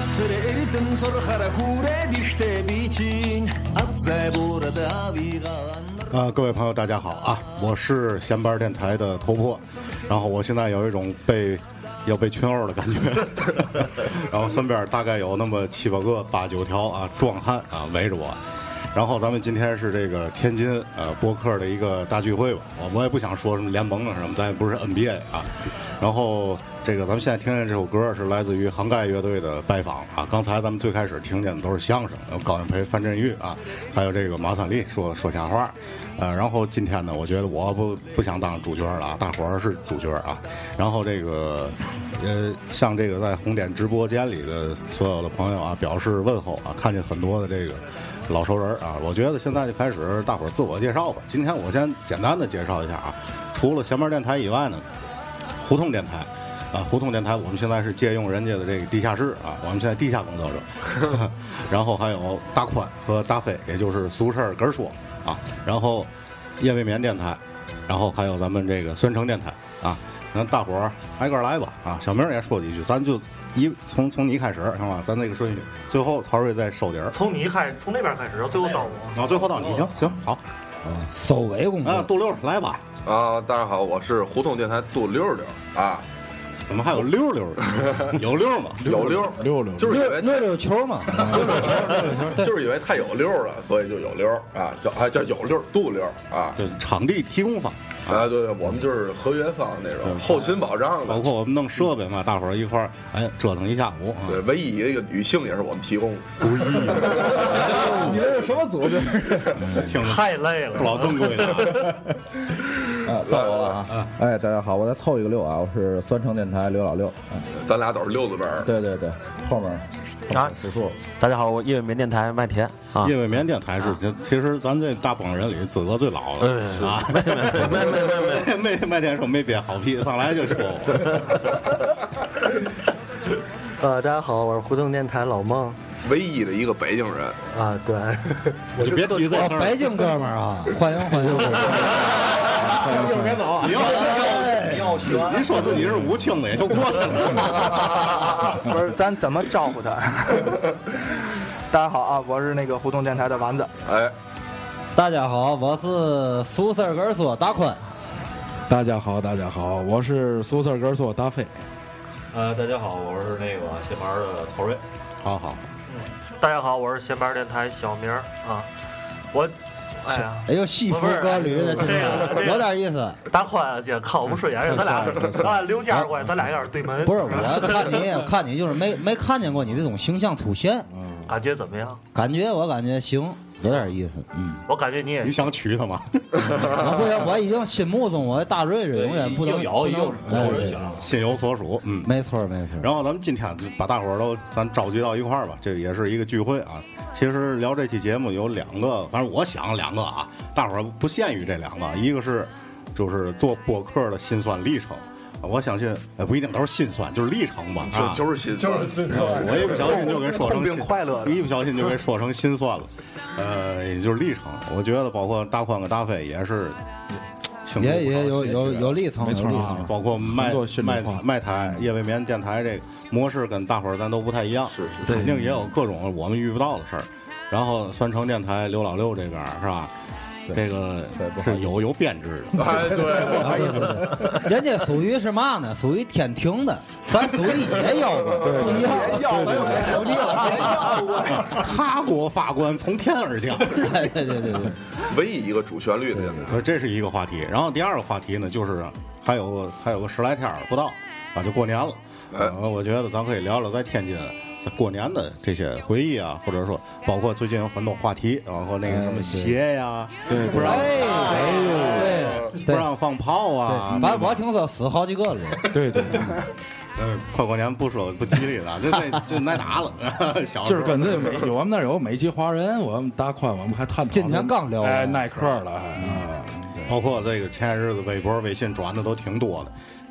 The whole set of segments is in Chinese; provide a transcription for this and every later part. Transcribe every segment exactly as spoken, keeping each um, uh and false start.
啊，各位朋友，大家好啊！我是闲班电台的头破，然后我现在有一种被要被群殴的感觉，然后身边大概有那么七八个、八九条啊壮汉啊围着我。然后咱们今天是这个天津呃播客的一个大聚会吧，我我也不想说什么联盟啊什么，咱也不是 N B A 啊。然后这个咱们现在听见这首歌是来自于杭盖乐队的拜访啊。刚才咱们最开始听见的都是相声，有高云培、范振钰啊，还有这个马三立说说瞎话。呃，然后今天呢，我觉得我不不想当主角了啊，大伙儿是主角啊。然后这个呃，向这个在红点直播间里的所有的朋友啊表示问候啊，看见很多的这个老熟人啊，我觉得现在就开始大伙儿自我介绍吧。今天我先简单的介绍一下啊，除了闲班电台以外呢，胡同电台啊，胡同电台我们现在是借用人家的这个地下室啊，我们现在地下工作者。然后还有大宽和大飞，也就是俗称哏说啊，然后夜未眠电台，然后还有咱们这个宣城电台啊，咱大伙儿挨个来吧啊，小明也说几句，咱就一从从你开始行吧，咱那个顺序，最后曹睿再收底儿。 从你开，从那边开始，然后最后到我， 然后最后到你，行行好， 啊，收尾工作啊，杜六来吧。 啊，大家好，我是胡同电台杜六六啊。 怎么还有溜溜？有溜吗？ 有溜溜溜， 就是以为溜溜球嘛， 就是以为太有溜了，所以就有溜啊，叫还叫有溜杜溜啊。 对，场地提供方啊，对，我们就是合约方那种后勤保障的， 包括我们弄设备嘛，大伙儿一块儿哎折腾一下午。啊、 对，唯一一个女性也是我们提供的。 不易， 你这是什么组织？ 听着太累了， 不老正规的。 啊，到我了啊！哎，大家好，我再凑一个六啊，我是酸城电台刘老六。 咱俩都是六字辈儿。 对对对，后面啊， 指数。 大家好，我夜未眠电台麦田啊。 夜未眠电台是，其实咱这大帮人里资格最老的啊。 没没没没没没麦田说没憋好屁，上来就说我。 呃，大家好，我是胡同电台老孟。 唯一的一个北京人啊，对， 我就别提这事儿。 北京哥们儿啊，欢迎欢迎！ 又别走，你要你要学，你说自己是武清的也就过去了。 不是，咱怎么招呼他？大家好啊，我是那个胡同电台的丸子。 哎， 大家好，我是苏四根说大宽。 大家好，大家好，我是苏四根说大飞。 呃，大家好，我是那个闲班的曹睿。 好好。 大家好，我是闲班电台小明啊，我，哎呀， 哎呦，西服革履的，这个有点意思。 大宽姐看我不顺眼，咱俩啊刘家过来，咱俩有点对门。 不是，我看你，我看你就是没没看见过你这种形象出现。 嗯，感觉怎么样？ 感觉我感觉行，有点意思。嗯， 我感觉你也你想娶她吗？ 我不行，我已经心目中我大瑞瑞永远不能有有有心有所属。嗯， 没错没错。 然后咱们今天把大伙儿都咱召集到一块儿吧，这也是一个聚会啊。其实聊这期节目有两个，反正我想两个啊，大伙儿不限于这两个，一个是就是做播客的辛酸历程。我相信，呃，不一定都是心酸，就是历程吧， 就就是心酸， 就是心酸。我一不小心就给说成快乐， 一不小心就给说成心酸了。呃，也就是历程。我觉得包括大宽和大飞也是， 也也有有有历程， 没错啊。包括麦麦麦台夜未眠电台这个模式跟大伙儿咱都不太一样， 是是，肯定也有各种我们遇不到的事儿。然后酸城电台刘老六这边是吧？这个是有有编制的， 哎，对， 对，人家属于是嘛呢？属于天庭的，咱属于也有过，不一样， 要了又没手机了， 他国法官从天而降， 对对对对对， 唯一一个主旋律的， 可这是一个话题。然后第二个话题呢，就是还有个还有个十来天不到啊，就过年了。呃，我觉得咱可以聊聊在天津过年的这些回忆啊，或者说包括最近有很多话题，包括那个什么鞋呀， 对， 不让， 对， 不让放炮啊。 反正我听说死好几个了。 对对对。 嗯，快过年不说不吉利了，这这就挨打了。小就是跟这美，我们那有美籍华人，我们大宽，我们还探讨。 今天刚聊哎，耐克了，还啊， 包括这个前些日子微博、微信转的都挺多的。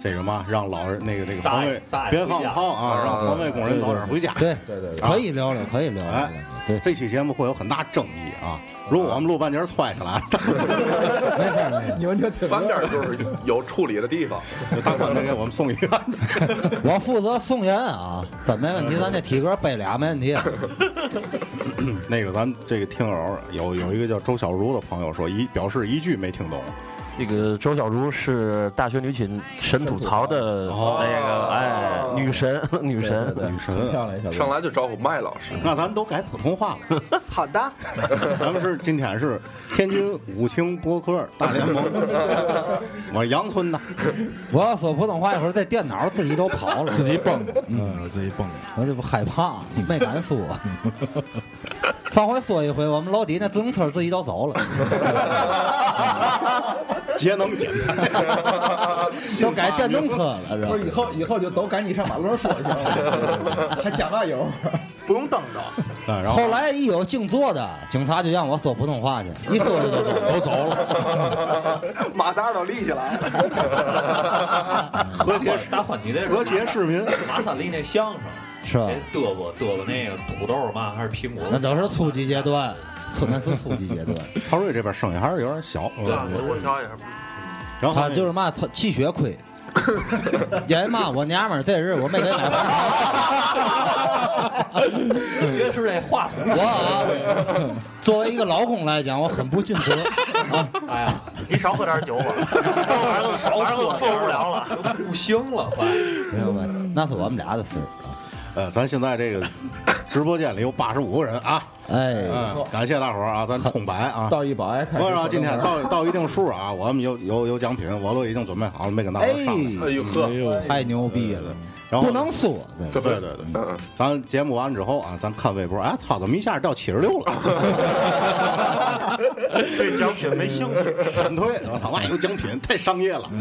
这个嘛，让老人那个那个大爷环卫大爷别放回家炮啊，让环卫工人早点回家。 对对对对， 可以聊聊，可以聊聊。 哎， 对， 这期节目会有很大争议啊。如果我们录半截踹下来， 没事没事， 你们就挺翻面就是有处理的地方。 大宽得给我们送医院去。 我负责送人啊，真没问题，咱这体格背俩没问题。 那个咱这个听友有有一个叫周小茹的朋友说一表示一句没听懂。 这个周小茹是大学女寝神吐槽的那个哎女神女神女神漂亮一小上来就招呼麦老师， 那咱都改普通话了。 好的， 咱们是今天是天津五清播客大联盟，我杨村的。 我要说普通话一会儿，这电脑自己都跑了， 自己蹦，嗯，自己蹦。 我这不害怕，没敢说。上回说一回，我们楼底那自行车自己都走了， 节能减排， 都改电动车了，是吧不是以后以后就都赶紧上马路上说去了，还加嘛油，不用蹬着。 啊，然后后来一有静坐的，警察就让我说普通话去，一说就都都走了， 马扎都立起来了。 和谐大欢你这是和谐市民， 马三立那相声是吧？ 哎嘚啵嘚啵那个土豆嘛还是苹果？ 那都是初级阶段，那是初级阶段。 曹睿这边声音还是有点小， 对，我调也是。 然后他就是嘛，他气血亏。因为嘛，我娘们儿这日我没给买房。 这是这话筒。 我啊，作为一个老公来讲，我很不尽责啊。 哎呀，你少喝点酒吧，晚上少晚上都受不了了， 不行了，快！ 明白？那是我们俩的事啊。 呃，咱现在这个直播间里有八十五个人啊， 哎， 嗯，感谢大伙儿啊，咱空白啊。 到一保爱开始。 我让今天到到一定数啊，我们有有有奖品，我都已经准备好了，没跟大伙儿商量。 哎呦呵， 太牛逼了， 然后不能说。 对对对对，咱节目完之后啊，咱看微博，哎，操，怎么一下掉七十六了？ 对奖品没兴趣， 闪退，我操，万一有奖品，太商业了。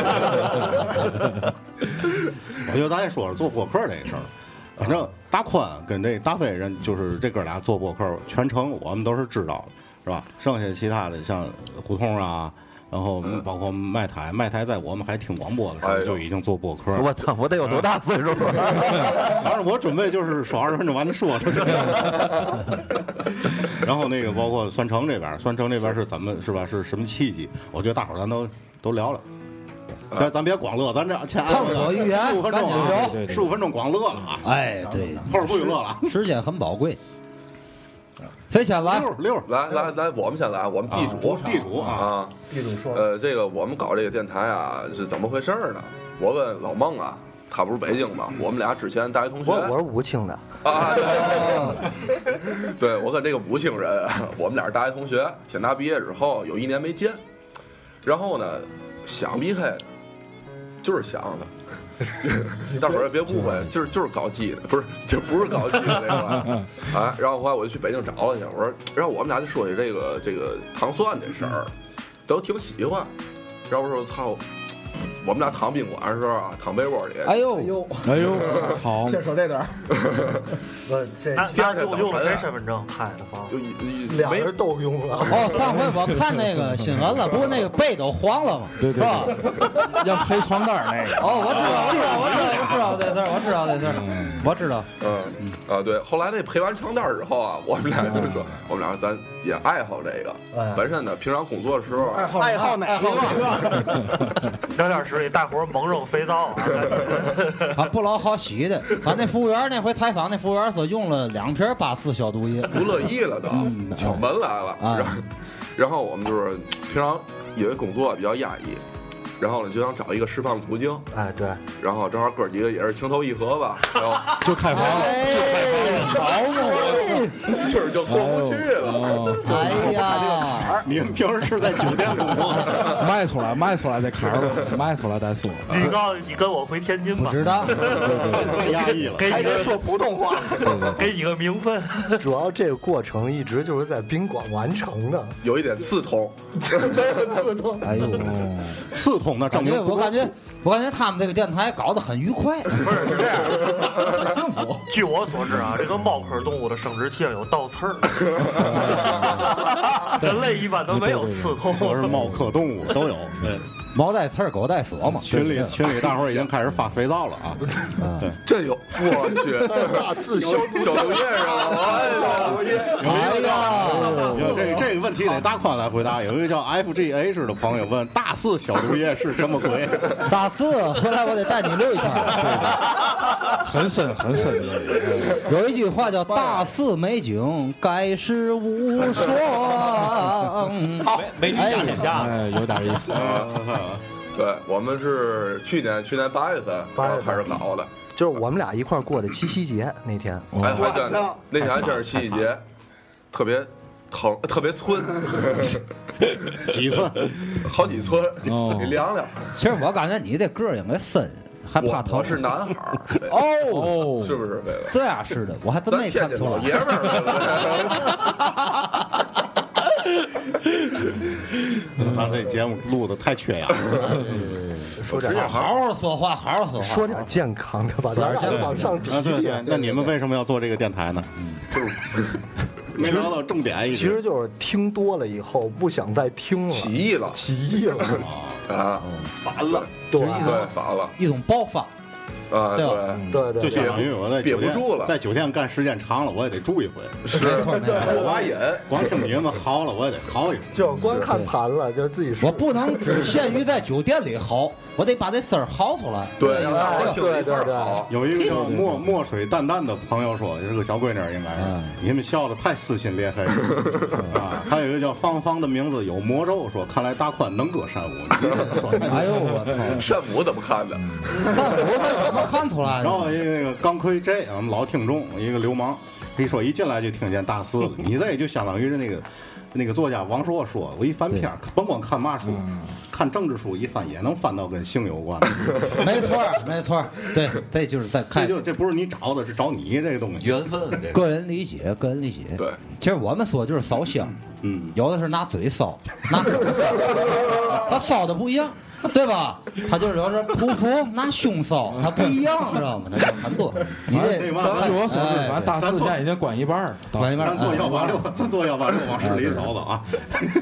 我觉得咱也说说做播客这个事儿。反正大宽跟这大飞人就是这哥俩做播客全程我们都是知道的，是吧？剩下其他的像胡同啊，然后包括麦台，麦台在我们还听广播的时候就已经做播客了。 我操，我得有多大岁数？ 反正我准备就是说二十分钟完了说出去。然后那个包括酸橙这边，酸橙这边是怎么是吧？是什么契机？我觉得大伙儿咱都都聊聊。咱咱别光乐，咱这前畅所欲言， 十五分钟啊，十五分钟光乐了啊！ 哎，对， 后边不许乐了， 时间很宝贵。谁先来？ 六六， 来来来，我们先来，我们地主地主啊啊， 地主说， 呃，这个我们搞这个电台啊是怎么回事呢？我问老孟啊，他不是北京吗？我们俩之前大学同学， 我我是武清的啊，对，对我跟这个武清人，我们俩是大学同学，天大毕业之后有一年没见，然后呢，想避开。就是想的，大伙儿也别误会，就是就是搞基的，不是就不是搞基的那个，哎，然后后来我就去北京找了去，我说，然后我们俩就说起这个这个糖蒜这事儿，都挺喜欢，然后我说操，我们俩躺宾馆的时候啊，躺被窝里， 哎呦呦哎呦，好， 先说这段。 不，这第二用用了谁身份证拍的房？ 就一俩人都用了。 哦，上回我看那个新闻了，不是那个背都黄了吗？ 对对是吧？ 要赔床单那个。 哦，我知道，我知道，我知道，我知道这事儿，我知道这事儿，我知道。 嗯啊，对，后来那赔完床单之后啊，我们俩就说，我们俩咱也爱好这个，本身呢，平常工作的时候爱好爱好哪个？ 聊天室里大伙儿猛扔肥皂啊， 他不老好洗的，他那服务员那回采访，那服务员说用了两瓶八四消毒液， 不乐意了都，敲门来了，然后然后我们就是平常因为工作比较压抑。然后呢，就想找一个释放途径。 哎，对。 然后正好哥几个也是情投意合吧，然后就开房了，就开房了，好嘛， 今儿就过不去了。 哎呀， 你们平时是在酒店工作？ 卖出来，卖出来这坎儿，卖出来再说。 你告诉你跟我回天津吧。 不知道， 太压抑了， 还得说普通话， 给你个名分。 主要这个过程一直就是在宾馆完成的， 有一点刺痛， 刺痛。 哎呦， 刺痛。那证明我感觉，我感觉他们这个电台搞得很愉快， 不是是这样，很幸福。据我所知啊，这个猫科动物的生殖器上有倒刺儿，人类一般都没有刺痛。 都是猫科动物都有。对， 猫带刺儿，狗带锁嘛。 群里群里大伙儿已经开始发肥皂了啊！对， 这有我去大四消小毒液上了， 有一个叫有这个这个问题得大宽来回答。有一个叫 F G H 的朋友问：大四消毒液是什么鬼？ 大四，回来我得带你溜一圈。 很深很深的。 有一句话叫“大四美景，盖世无双”。 美女甲天下， 哎，有点意思。 对，我们是去年去年八月份八月份开始搞的， 就是我们俩一块儿过的七夕节那天。 哎，还真的，那天还真是七夕节，特别疼，特别寸， 几寸？ 好几寸， 哦你量量。 其实我感觉你这个儿应该深，还怕疼。 我是男孩儿， 哦， 哦， 是不是？贝贝， 这样式的，我还真咱没看出天津老爷来。 们儿， 咱这节目录的太缺氧了。 说点好好说话，好好说话。 说点健康的吧，咱俩往上提啊，对对点。， 那你们为什么要做这个电台呢？没聊到重点，一其实就是听多了以后不想再听了， 起义了起义了啊， 烦了， 对对，烦了一种爆发。 啊， 对吧对对对， 就相当于我在憋酒店不住了在酒店干时间长了，我也得住一回。 是我挖瘾， 光听你们嚎了，我也得嚎一回。 就是光看盘了，就自己说。 我不能只限于在酒店里嚎，我得把这声儿嚎出来。 对，让大伙儿听对着一块儿对对好。 有一个叫墨墨水淡淡的朋友说，是个小闺女儿，应该嗯是你们笑的太撕心裂肺了啊！还有一个叫芳芳的名字有魔咒，说看来大宽能歌善舞。你这说太哎呦我操！ 圣母怎么看的？ 三五他怎么看出来的？ 然后一个那个钢盔 J，我们老听众一个流氓，一说一进来就听见大四了，你这就相当于是那个那个作家王朔说，我一翻篇，甭管看嘛书，看政治书一翻也能翻到跟性有关的。 没错儿，没错儿，对，这就是在这看就这不是你找的，是找你这个东西。 缘分这个。 个人理解，个人理解。 对， 其实我们说就是烧香， 嗯， 有的是拿嘴烧，拿手烧，他烧的不一样。对吧？他就是有时扑服拿胸烧，他不一样，知道吗？他就很多。你这对吧据我所知， 哎咱大四现在已经关一半了。 关一半咱坐幺八六，咱坐幺八六往市里走走啊。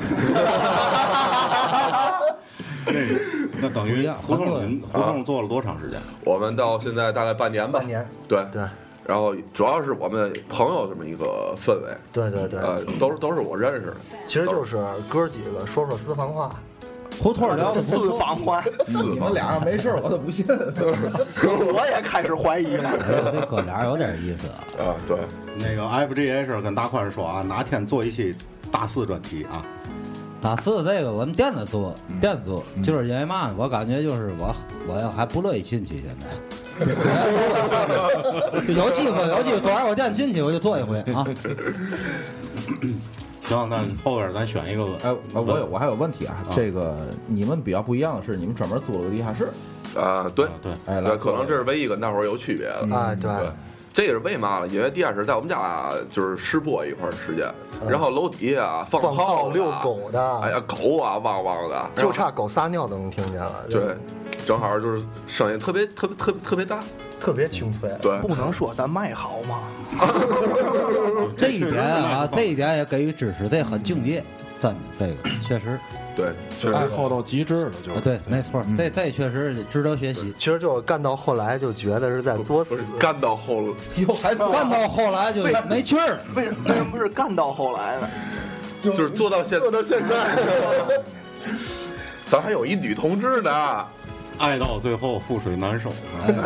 那那等于胡同，您胡同做了多长时间？ 我们到现在大概半年吧。 半年， 对对然后主要是我们朋友这么一个氛围， 对对对， 呃，都是都是我认识的。 其实就是哥几个说说私房话。 胡同聊的私房话， 你们俩要没事我都不信。 我也开始怀疑了。 这哥俩有点意思。 啊，对， 那个 F G H 跟大宽说啊，哪天做一期大四专题啊？ 大四这个我们店子做，店子做，就是因为嘛呢？我感觉就是我我要还不乐意进去，现在。有机会，有机会，多少我店进去我就做一回啊。 行，那后边咱选一个。 哎，我有我还有问题啊， 啊这个你们比较不一样的是，你们专门租了个地下室。 啊，对对， 哎，来对，可能这是唯一跟大伙儿有区别的。 啊，对， 对，这个是为嘛呢？因为地下室在我们家就是试播一块儿时间，然后楼底下放放炮的炮遛狗的， 哎呀，狗啊汪汪的， 就差狗撒尿都能听见了。 对，正好就是声音特别特别特别特别大， 特别清脆。 对， 不能说咱卖好吗？ 这一点啊，这一点也给予支持，这很敬业，真的，这个确实， 对，确实爱好到极致了，就是。 对，没错，这这确实值得学习。 其实就是干到后来就觉得是在作死不是，干到后了， 哟，还干到后来就没劲儿了。 为什么为什么是干到后来呢？ 就是做到现做到现在。 咱还有一女同志呢， 爱到最后覆水难收。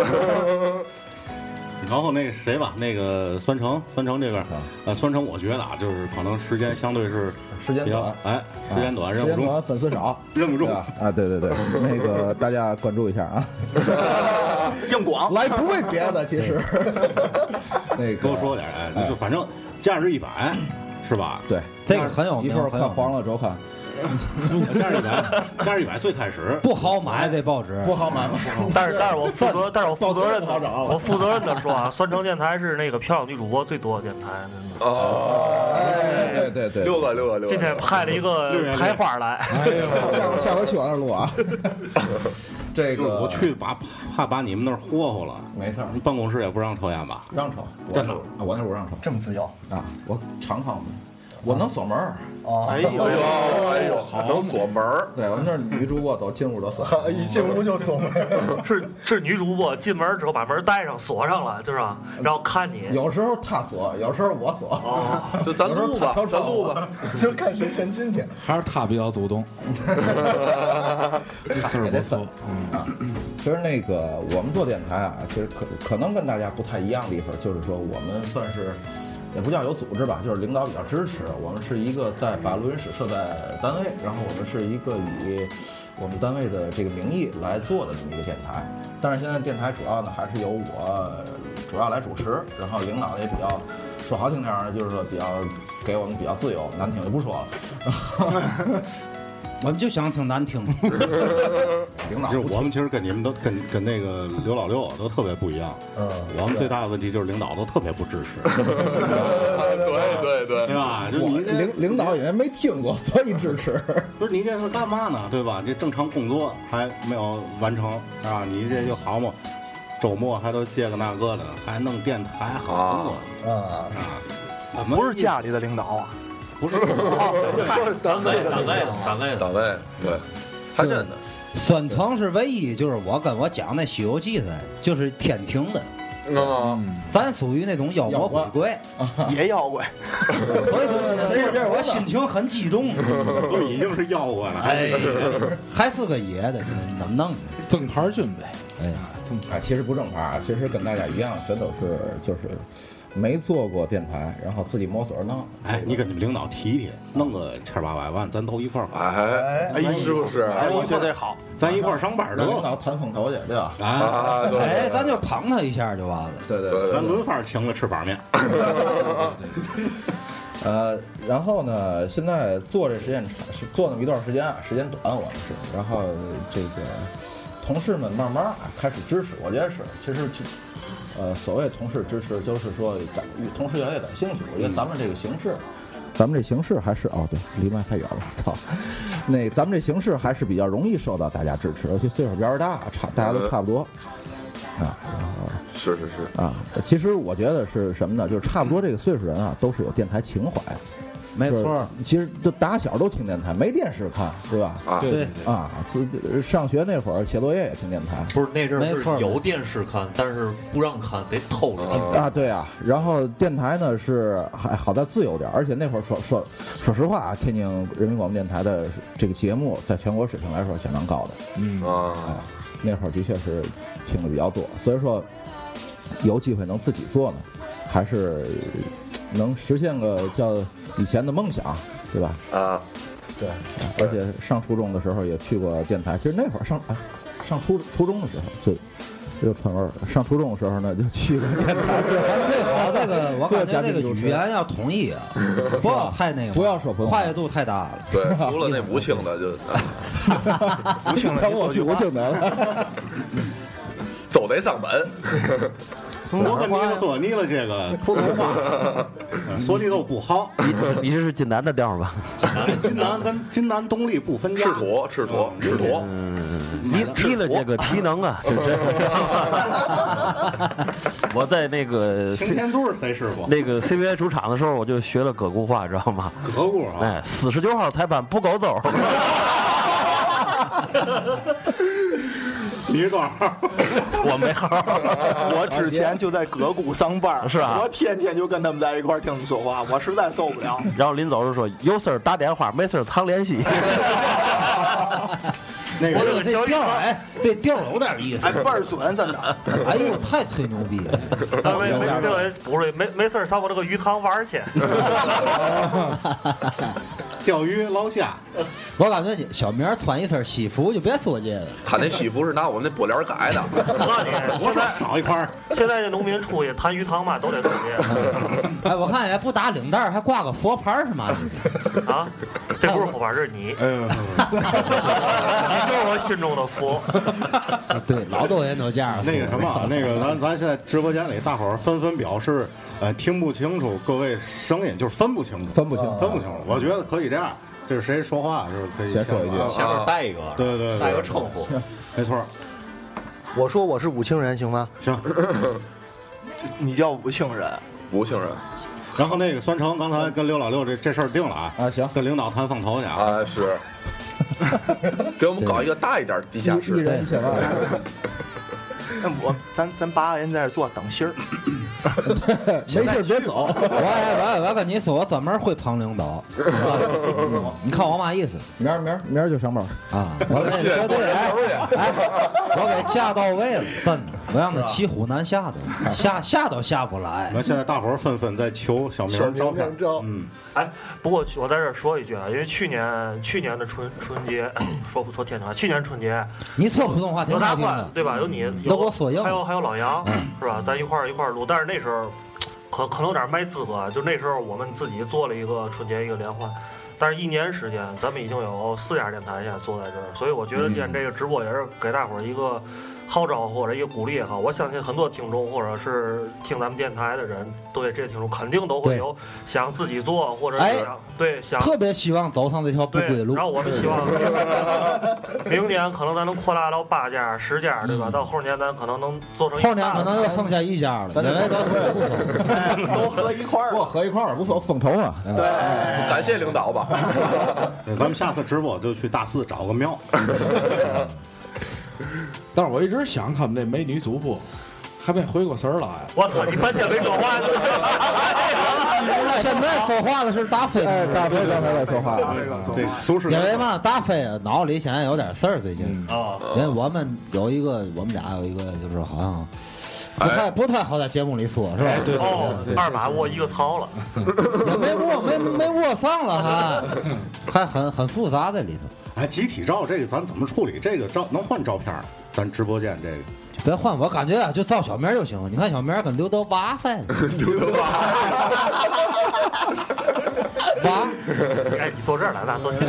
然后那个谁吧，那个酸橙，酸橙这边，呃，酸橙我觉得啊，就是可能时间相对是时间比较短， 哎，时间短， 时忍不住， 间短，粉丝少， 忍不住对。吧？啊，对对对，那个大家关注一下啊。 硬广来不为别的，其实。那个多说点，哎，就反正价值一百，是吧？ 对， 这个很有名， 一份看很有名黄了周刊， 价值一百，价值一百最开始不好买这报纸， 不好买吗？ 但是但是我负责，但是我负责任的， 不好找了我负责任的说啊，酸橙电台是那个漂亮女主播最多的电台，真的。 哦， 哎，对对对， 六个六个六个， 今天派了一个台花来， 哎呦，下回下回去往那儿录啊。这就是个我去把怕把你们那儿霍霍了， 没事儿， 你办公室也不让抽烟吧？ 让抽， 真的啊，我那屋让抽这么自由， 啊，我尝尝吧。 我能锁门儿。 哦， 哎呦哎呦，能锁门儿。 对，我们这儿女主播都进屋都锁， 一进屋就锁门。 是是女主播进门之后把门带上锁上了，就是吧？然后看你。 有时候她锁，有时候我锁。 哦， 就咱录吧，咱录吧， 就看谁先进去。 还是他比较主动。这事儿不错。 嗯，其实那个我们做电台啊，其实可可能跟大家不太一样的地方，就是说我们算是。也不叫有组织吧，就是领导比较支持。我们是一个在把录音室设在单位，然后我们是一个以我们单位的这个名义来做的这么一个电台。但是现在电台主要呢还是由我主要来主持，然后领导也比较说好听点儿，就是说比较给我们比较自由，难听就不说了。 我们就想听难听。 领导就是我们其实跟你们都跟跟那个刘老六都特别不一样。嗯，我们最大的问题就是领导都特别不支持。 对对对， 对吧？就你领领导因为没听过，所以支持。 不是你这是干嘛呢？对吧？这正常工作还没有完成啊，你这就好嘛。周末还都这个那个的，还弄电台好嘛？啊啊！不是家里的领导啊。 不是， 是单位单位单位单位，对，还真的。 酸层是唯一，就是我跟我讲那《西游记》的，就是天庭的。嗯，咱属于那种妖魔鬼怪， 也妖怪。 所以说现在这我心情很激动， 都已经是妖怪了， 哎，还是个野的，怎么弄？ 正牌军呗。 哎，哎，其实不正牌，其实跟大家一样，全都是就是。没做过电台，然后自己摸索着弄。 哎，你跟你们领导提提，弄个千八百万，咱都一块儿花。 哎，哎，是不是？ 哎，我觉得好， 咱一块儿上班的。 领导谈风头去，对吧？ 啊， 哎，咱就捧他一下就完了。 对对对， 咱轮番请他吃板面。 呃，然后呢，现在做这时间是做那么一段时间啊，时间短我们是，然后这个同事们慢慢开始支持，我觉得是，其实就。呃，所谓同事支持，就是说感同事越来越感兴趣。我觉得咱们这个形式，咱们这形式还是哦，对，离麦太远了，操。那咱们这形式还是比较容易受到大家支持，而且岁数比较大，差大家都差不多。啊，然后是是是啊，其实我觉得是什么呢？就是差不多这个岁数人啊，都是有电台情怀。 没错， 其实就打小都听电台，没电视看，对吧？ 啊， 对啊，上学那会儿写作业也听电台。 不是那阵儿是有电视看，但是不让看，得偷着看啊。对啊，然后电台呢是还好在自由点，而且那会儿说说说实话啊，天津人民广播电台的这个节目在全国水平来说相当高的。 嗯啊， 哎，那会儿的确是听的比较多，所以说有机会能自己做呢，还是能实现个叫以前的梦想，对吧？ 啊， 对，而且上初中的时候也去过电台。其实那会儿上啊，上初初中的时候就有传闻。上初中的时候呢，就去过电台。 咱最好这个，我感觉这个语言要统一啊，不要太那个， 不要说普通话，跨越度太大了。 对，除了那吴清的就， 吴清的我去吴清的了， 都得上本。 我跟你们说，你了这个普通话说的都不好。 你你这是济南的调吧？ 济南跟济南动力不分家。 赤土，赤土，赤土。 嗯，你你了这个体能啊，是真。我在那个擎天柱谁师傅？ 那个 C B A 主场的时候，我就学了葛固话，知道吗？ 葛固啊！ 哎，四十九号裁判不够走。 你是多少号？ 我没号。 我之前就在葛谷上班， 是吧？ 我天天就跟他们在一块儿听他们说话，我实在受不了。 然后临走就说：“有事儿打电话，没事儿常联系。” 那个这个这调哎，这调有点意思， 哎，倍儿准，真的。 哎呦，太吹牛逼了！ 他没没这回不是没没事上我这个鱼塘玩去。 钓鱼捞虾， 我感觉小明穿一身西服就别说这个。 他那西服是拿我们那布帘改的。 我告诉你， 我说少一块。 现在这农民出去谈鱼塘嘛，都得说这。 哎，我看也不打领带，还挂个佛牌是吗？ 啊，这不是佛牌，这是你。嗯。你就是我心中的佛。 对，老多人都这样。 那个什么，那个咱咱现在直播间里，大伙儿纷纷表示。呃，听不清楚各位声音，就是分不清楚， 分不清， 分不清楚。我觉得可以这样，就是谁说话就是可以先说一句， 前面带一个， 对对对， 带个称呼， 没错。 我说我是武清人，行吗？ 行， 你叫武清人， 吴姓人。 然后那个酸橙刚才跟刘老六这这事儿定了啊， 啊行， 跟领导谈放头去啊， 啊是，给我们搞一个大一点地下室， 一人一千万。 那我咱咱八个人在这坐等信儿， 没事别走。 我我我跟你说，我专门会捧领导。你看我嘛意思？ 明儿明儿明儿就上班啊！我给绝对哎，我给架到位了，真的，我让他骑虎难下的，下下都下不来。 那现在大伙儿纷纷在求小明照片，嗯， 哎，不过我在这儿说一句啊，因为去年去年的春春节说不错天津话，去年春节你说普通话挺有大好听的， 宽对吧？有你都有给我索应， 还有还有老杨是吧？咱一块儿一块儿录，但是那时候可可能有点卖资格，就那时候我们自己做了一个春节一个联欢。但是，一年时间，咱们已经有四家电台现在坐在这儿，所以我觉得今天这个直播也是给大伙儿一个号召或者一个鼓励也好。我相信很多听众或者是听咱们电台的人，对这些听众肯定都会有想自己做或者是想、哎、对想特别希望走上这条不归路。 然后我们希望明年可能咱能扩大到八家、十家，对吧？嗯、到后年咱可能能做成一后年可能又剩下一家了，因为都死不走， 都合一块儿， 不合一块儿，无所风投啊。 对， 感谢领导吧。 咱们下次直播就去大寺找个庙。 但是我一直想他们那美女主播还没回过神儿来。 我操，你半天没说话。 现在说话的是大飞， 哎，大飞刚才在说话。 这苏轼。 因为嘛，大飞脑里现在有点事儿，最近啊， 因为我们有一个，我们俩有一个，就是好像。不太不太好在节目里说，是吧？ 对哦，二把握一个槽了， 也没握没没握上了还，还很很复杂在里头。 哎，集体照这个咱怎么处理？这个照能换照片？咱直播间这个别换，我感觉啊，就照小明就行了。你看小明跟刘德华似的， 刘德华， 华， 哎，你坐这儿来，咱坐近。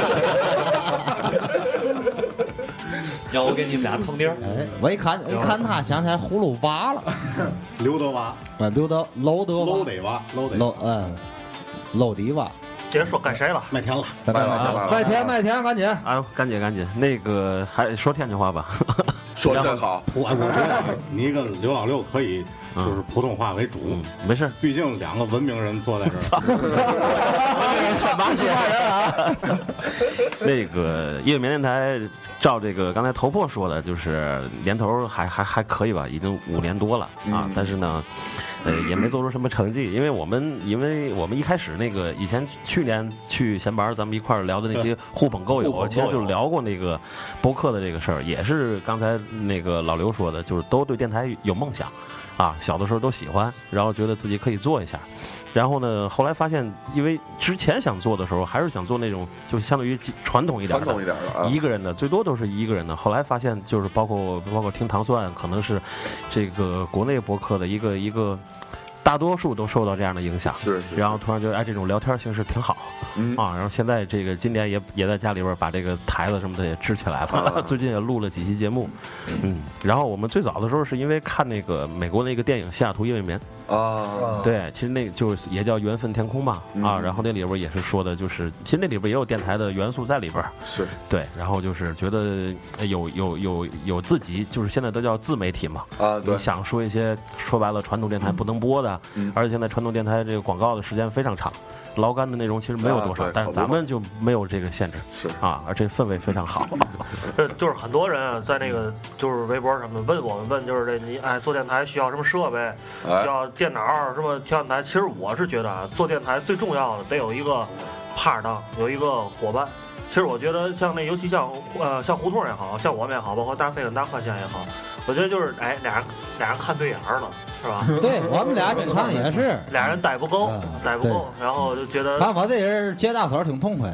要我给你们俩通钉儿？ 哎，我一看一看他，想起来葫芦娃了。 刘德华， 啊，刘德楼德楼得娃，楼得楼嗯，楼底娃。 接着说该谁了？ 麦田了， 麦田， 麦田，麦田，赶紧啊，赶紧赶紧，那个还说天津话吧。 说真好， 我我觉得你跟刘老六可以就是普通话为主， 嗯、没事， 毕竟两个文明人坐在这儿。 什么人啊？那个夜明电台，照这个刚才头破说的，就是年头还还还可以吧，已经五年多了啊，嗯、但是呢。呃，也没做出什么成绩，因为我们，因为我们一开始那个以前去年去闲班，咱们一块儿聊的那些互捧购友，其实就聊过那个播客的这个事儿，也是刚才那个老刘说的，就是都对电台有梦想，啊，小的时候都喜欢，然后觉得自己可以做一下。然后呢，后来发现，因为之前想做的时候，还是想做那种就是相对于传统一点的， 传统一点的，啊、 一个人的，最多都是一个人的。后来发现，就是包括包括听糖蒜，可能是这个国内播客的一个一个。大多数都受到这样的影响， 是，是然后突然觉得哎，这种聊天形式挺好，嗯啊，然后现在这个今年也也在家里边把这个台子什么的也支起来了，啊、最近也录了几期节目，嗯，然后我们最早的时候是因为看那个美国那个电影《西雅图夜未眠》 啊， 对，其实那个就是也叫缘分天空嘛，嗯、啊，然后那里边也是说的，就是其实那里边也有电台的元素在里边， 是对，然后就是觉得有有有有自己，就是现在都叫自媒体嘛， 啊，对， 你想说一些说白了传统电台不能播的。嗯、而且现在传统电台这个广告的时间非常长，老干的内容其实没有多少，啊、但是咱们就没有这个限制， 是啊，而且氛围非常好。 这就是很多人啊，在那个就是微博什么的问我们问，就是这你哎做电台需要什么设备， 哎、 需要电脑什么调电台。其实我是觉得啊，做电台最重要的得有一个 partner， 有一个伙伴。其实我觉得像那尤其像呃像胡同也好像我们也好，包括大飞跟大宽先也好，我觉得就是哎俩人俩人看对眼儿了。是吧？ 对我们俩经常也是， 俩人待不够，嗯、待不够，然后就觉得， 反正我这人接大手挺痛快，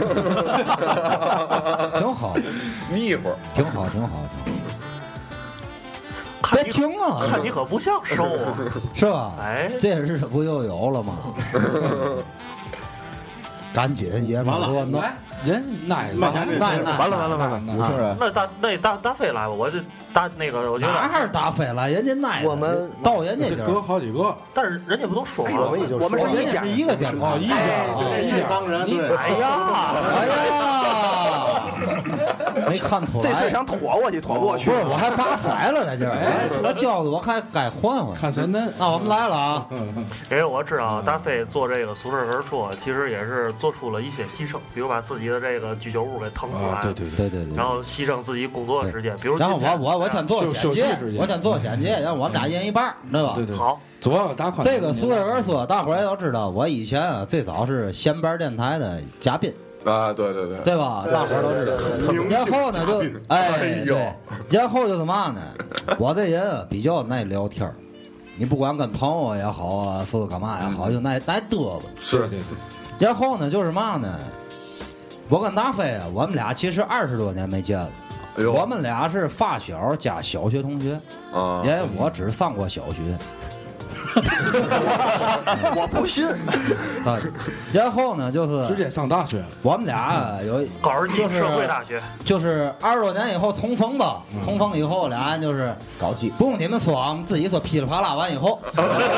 挺好， 腻乎， 挺好，挺好，挺好。别听啊！ 看你可不像瘦啊， 是吧？ 哎， 这日子不又有了吗？赶紧也完了， 人那那那完了完了完了， 那大那大大飞来吧，我这大那个我觉得哪还是大飞来，人家那我们到人家隔好几个， 但是人家不能说话， 我们也就我们是一家一个电台， 一家这这帮人对， 哎呀哎呀， 没看出来。 这事想躲过去，躲不过去。 不是，我还打塞了在这儿，我叫的我还该换换。 看神灯。 那我们来了啊！ 因为我知道大飞做这个俗事而说，其实也是做出了一些牺牲，比如把自己的这个居酒屋给腾出来， 对对对对对， 然后牺牲自己工作时间，比如然后我我我先做简介，我先做简介，然后我们俩一人一半，对吧？ 对对。 好， 主要大宽。 这个俗事而说，大伙儿也都知道，我以前啊最早是闲班电台的嘉宾。 啊，对对对， 对吧？大伙儿都知道。然后呢，就哎，对，然后就是嘛呢？我这人啊比较爱聊天儿，你不管跟朋友也好啊，说干嘛也好，就爱爱嘚吧。 是， 对对。 然后呢，就是嘛呢？我跟大飞啊，我们俩其实二十多年没见了。 哎呦， 我们俩是发小加小学同学啊，因为我只上过小学。 我不信。 然后呢，就是直接上大学。 我们俩有高二级社会大学， 就是二十多年以后重逢吧。重逢以后，俩人就是搞基， 不用你们说，我们自己说噼里啪啦完以后，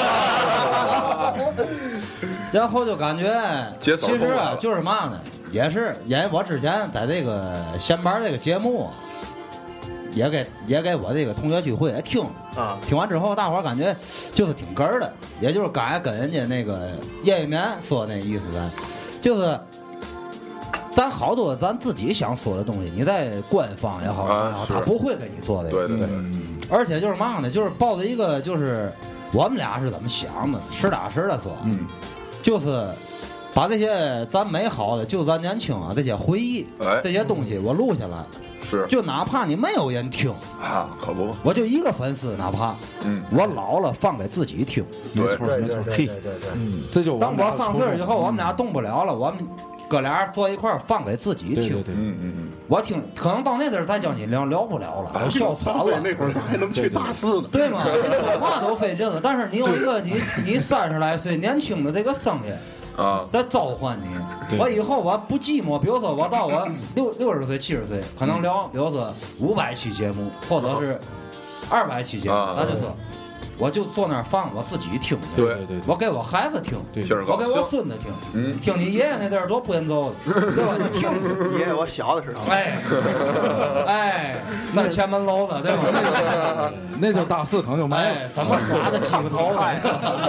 然后就感觉其实啊，就是嘛呢，也是因为我之前在这个闲班这个节目。也给也给我这个同学聚会也听啊，听完之后，大伙儿感觉就是挺哏儿的，也就是刚才跟人家那个叶玉棉说那意思咱，就是咱好多咱自己想说的东西，你在官方也好，啊、他不会给你做这个， 对对对， 而且就是嘛呢，就是抱着一个就是我们俩是怎么想的，实打实的说，嗯，就是把这些咱美好的就咱年轻啊这些回忆、哎、这些东西我录下来。 是， 就哪怕你没有人听啊，可不， 我就一个粉丝，哪怕，嗯，我老了放给自己听， 没错没错， 对对对， 嗯，这就当我上岁以后，我们俩动不了了，我们哥俩坐一块儿放给自己听， 对对对， 嗯嗯嗯， 我听，可能到那阵儿再叫你聊聊不了了，我笑惨了。 那会儿咱还能去大四呢， 对吗？说话都费劲了，但是你有一个你你三十来岁年轻的这个声音。啊，在召唤你，我以后我不寂寞。比如说，我到我六六十岁、七十岁，可能聊，比如说五百期节目，或者是二百期节目，咱就说，我就坐那儿放，我自己听。 对对对， 我给我孩子听， 我给我孙子听。嗯，听你爷爷那阵儿多不人走的，对吧？你听爷爷我小的时候， 哎哎，那前门楼子，对吧？ 那就大四可能就没了， 怎么耍的七个头菜？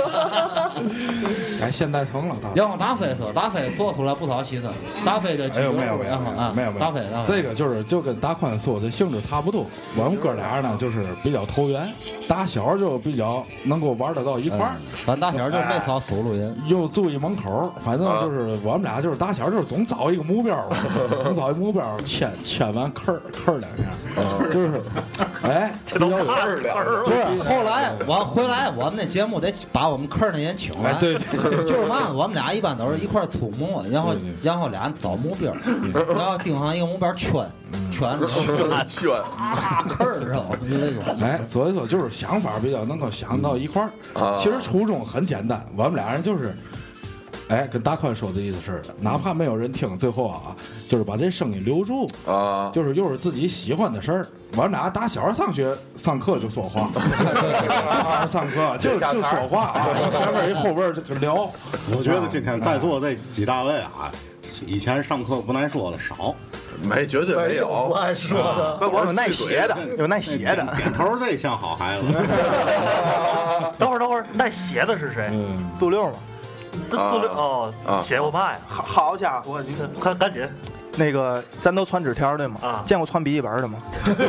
改现代城了， 然后达飞说，达飞做出来不少牺牲，达飞的没有没有没有啊，没有没有， 达飞这个就是就跟大宽说的性质差不多。我们哥俩呢就是比较投缘，打小就比较能够玩得到一块儿。 咱打小就没少数路人， 又住一门口，反正就是我们俩就是打小就是总找一个目标，总找一个目标，牵牵完吭儿吭儿两下，就是哎， 这都吭儿两下。 不是，后来我回来，我们那节目得把我们吭儿那人请来。 对对。 就是嘛，我们俩一般都是一块出没，然后然后俩找目标，然后盯上一个目标圈圈圈啊坑儿，知道吗？就那种。 哎，所以说就是想法比较能够想到一块儿。其实初衷很简单，我们俩人就是。哎，跟大宽说的意思似的，哪怕没有人听，最后啊，就是把这声音留住啊，就是又是自己喜欢的事儿。我们俩打小上学上课就说话，上课就就说话啊，前面一后边这个聊。 我觉得今天在座这几大位啊，以前上课不耐说的少， 没绝对没有不爱说的，我有耐写的，有耐写的。 点头这像好孩子。 等会儿等会儿，耐写的是谁？ 杜六嘛。 这做的哦，写过嘛呀？ 好好家伙， 你看，看赶紧。 那个，咱都传纸条对吗？啊，见过传笔记本的吗？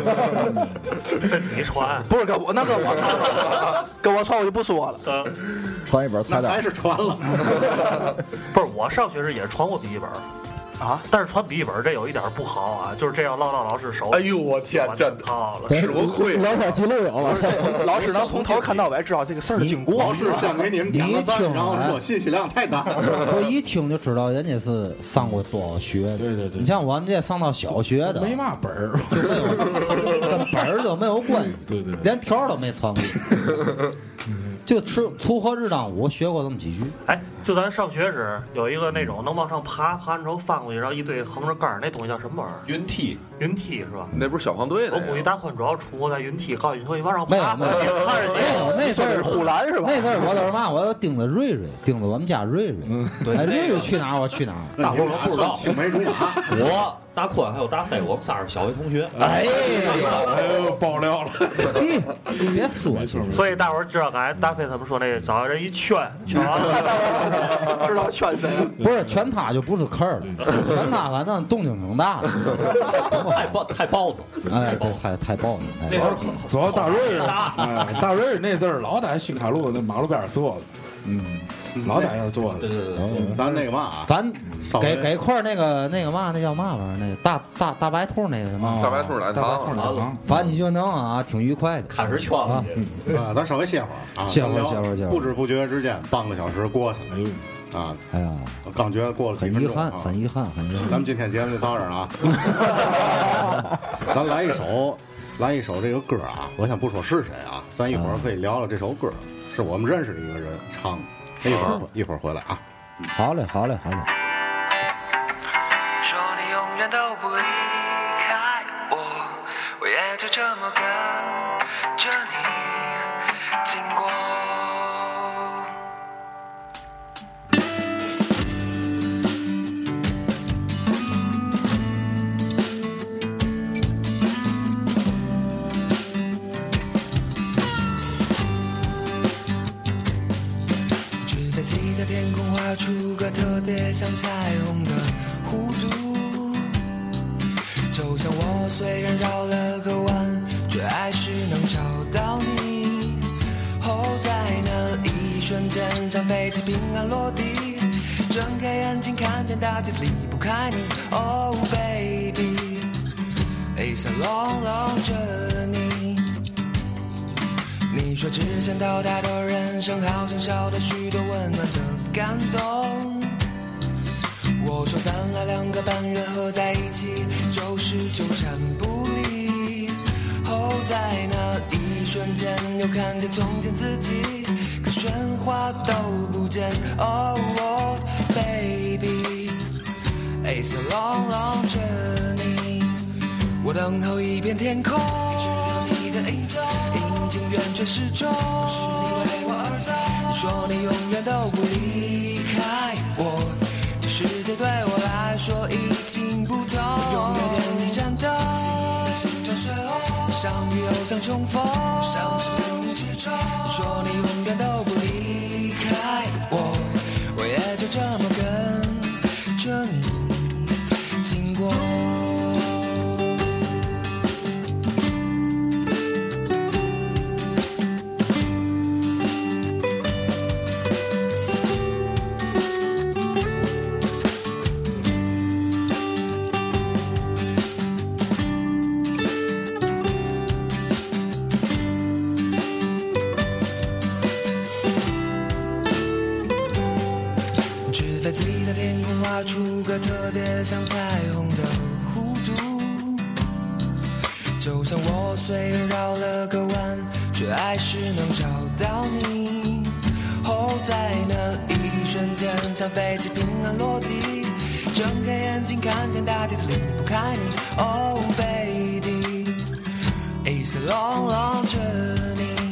你传？ 不是跟我，那跟我传，跟我传我就不说了。 传一本菜单还是传了。 不是，我上学时也传过笔记本。啊！但是传笔记本这有一点不好啊，就是这要落到老师手里。 哎呦我天，真套了， 吃不亏。 聊天记录有了， 老师能从头看到尾，知道这个事儿的经过。 老师先给你们点个赞，然后说信息量太大。 我一听就知道人家是上过多少学。 对对对， 你像我们这上到小学的， 没嘛本儿， 跟本儿都没有关系。 对对， 连条都没传过。就吃锄禾日当午，学过这么几句。 哎，就咱上学时有一个那种能往上爬，爬完之后翻过去，然后一堆横着杆儿，那东西叫什么玩意儿？ 云梯。 云梯是吧？ 那不是消防队的。 我估计大宽主要出没在云梯，告诉你说你往上爬。 没有没有， 看着没有那阵儿护栏是吧？ 那阵儿我都是嘛，我都盯着瑞瑞，盯着我们家瑞瑞。 嗯，对。 哎，瑞瑞去哪儿我去哪儿。 大伙儿不知道，青梅竹马。 我大宽还有大飞，我们仨是小学同学。 哎呦，爆料了！ 你别说， 所以大伙儿知道刚才大飞他们说那找人一圈，圈完了，知道圈谁？ 不是圈他就不是坑了，圈他反正动静挺大的， 太暴太暴躁， 哎，对，太太暴了。 那会儿主要大瑞儿，哎，大瑞儿那阵儿老在新开路那马路边坐的，嗯。老在那坐的， 对对对， 咱那个嘛啊， 咱给给块那个那个嘛，那叫嘛玩意儿？那个大大大白兔那个什么？ 大白兔奶糖， 反正你就能啊，挺愉快的。 看时圈了啊，咱稍微歇会儿啊， 歇会儿歇会儿歇会儿。 不知不觉之间，半个小时过去了，啊， 哎呀， 刚觉得过了几分钟， 很遗憾，很遗憾，很遗憾。 咱们今天节目就到这儿了啊，咱来一首，来一首这个歌啊，我先不说是谁啊，咱一会儿可以聊聊这首歌，是我们认识的一个人唱的。一会儿一会儿回来啊！ 好嘞，好嘞，好嘞。 说你永远都不离开我，我也就这么跟着你经过。记得天空画出个特别像彩虹的弧度，就像我虽然绕了个弯，却还是能找到你。后在那一瞬间，像飞机平安落地，睁开眼睛看见大地离不开你。Oh baby， 一下笼笼着你。你说之前到达的人生好像少了许多温暖的感动，我说咱俩两个半月合在一起就是纠缠不离。后在那一瞬间又看见从前自己，可喧哗都不见。Oh, oh baby， 一色笼笼着你，我等候一片天空，直到你的影踪已经远却始终，是你为我而动。你说你永远都不离开我，这世界对我来说已经不同，永远跟你战斗，心在心中水红，相遇又像重逢，像是无意之中。你说你永远都不离开我，我也就这么跟着你经过。记得天空画出个特别像彩虹的弧度，就像我虽然绕了个弯，却还是能找到你。后在那一瞬间，像飞机平安落地，睁开眼睛看见大地离不开你。Oh baby， 一色笼笼着你。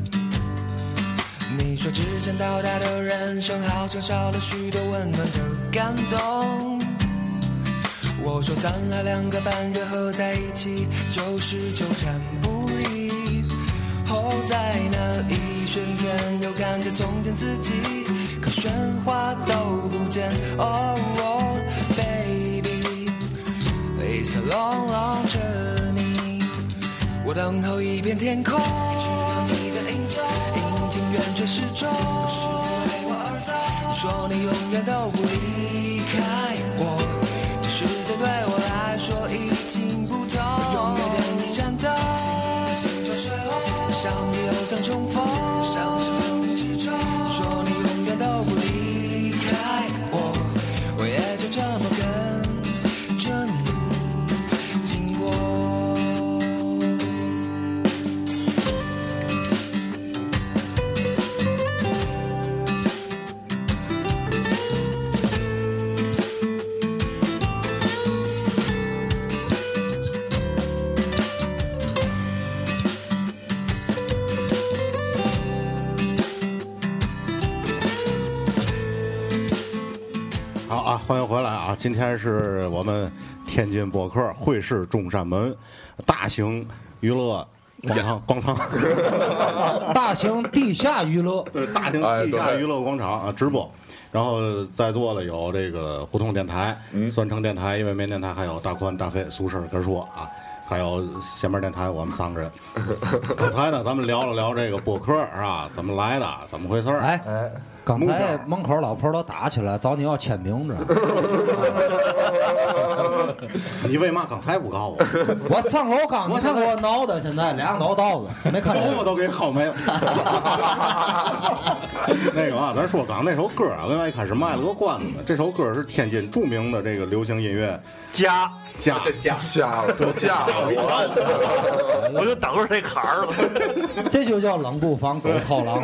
你说之前到达的人生好像少了许多温暖的感动，我说咱俩两个半月合在一起就是纠缠不离。后在那一瞬间又看见从前自己，可喧哗都不见。Oh, oh baby， 一色笼笼着你，我等候一片天空，直到你的影踪已经远却始终，是你为我而动。你说你永远都不离开我，这世界对我来说已经不同，永远跟你战斗，心在心中水红，相遇又像重逢，像是无意之中。你说你永远都不离开我，我也就这么跟着你经过。 好啊，欢迎回来啊！今天是我们天津播客汇市中山门大型娱乐广场广场， 大型地下娱乐， 对，大型地下娱乐广场啊直播。然后在座的有这个胡同电台、嗯、酸橙电台、因为没电台，还有大宽、大飞、苏轼跟说啊，还有前面电台我们三个人。刚才呢，咱们聊了聊这个播客啊，怎么来的，怎么回事？ 哎哎。刚才门口老婆都打起来，找你要签名字。 你为嘛刚才不告我？ 我上楼刚，你看我挠的，现在两刀刀子，没看头发都给薅没了。那个啊，咱说刚那首歌啊，另外一开始卖了个关子，这首歌是天津著名的这个流行音乐家家家家了，都家了， 我就等着这坎儿了。 这就叫冷不防狗套狼。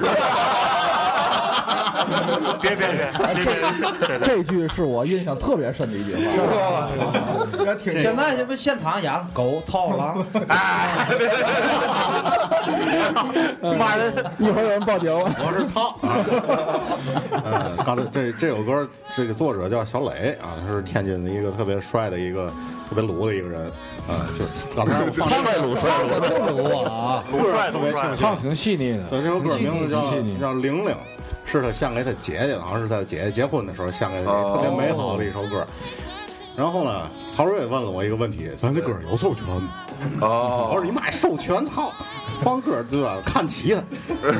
别别别！ 这这句是我印象特别深的一句话。 现在这不现场演狗套狼， 哎，骂人！一会儿有人报警， 我是操！嗯，刚才这这首歌，这个作者叫小磊啊，他是天津的一个特别帅的一个特别鲁的一个人啊，就刚才我放帅鲁帅鲁鲁啊， 鲁帅特别清唱挺细腻的。 对，这首歌名字叫叫《玲玲》。是他献给他姐姐，好像是在姐姐结婚的时候献给他，特别美好的一首歌。然后呢，曹睿问了我一个问题：咱这歌有授权吗？哦，我说你妈授权操，放歌对吧？看齐他。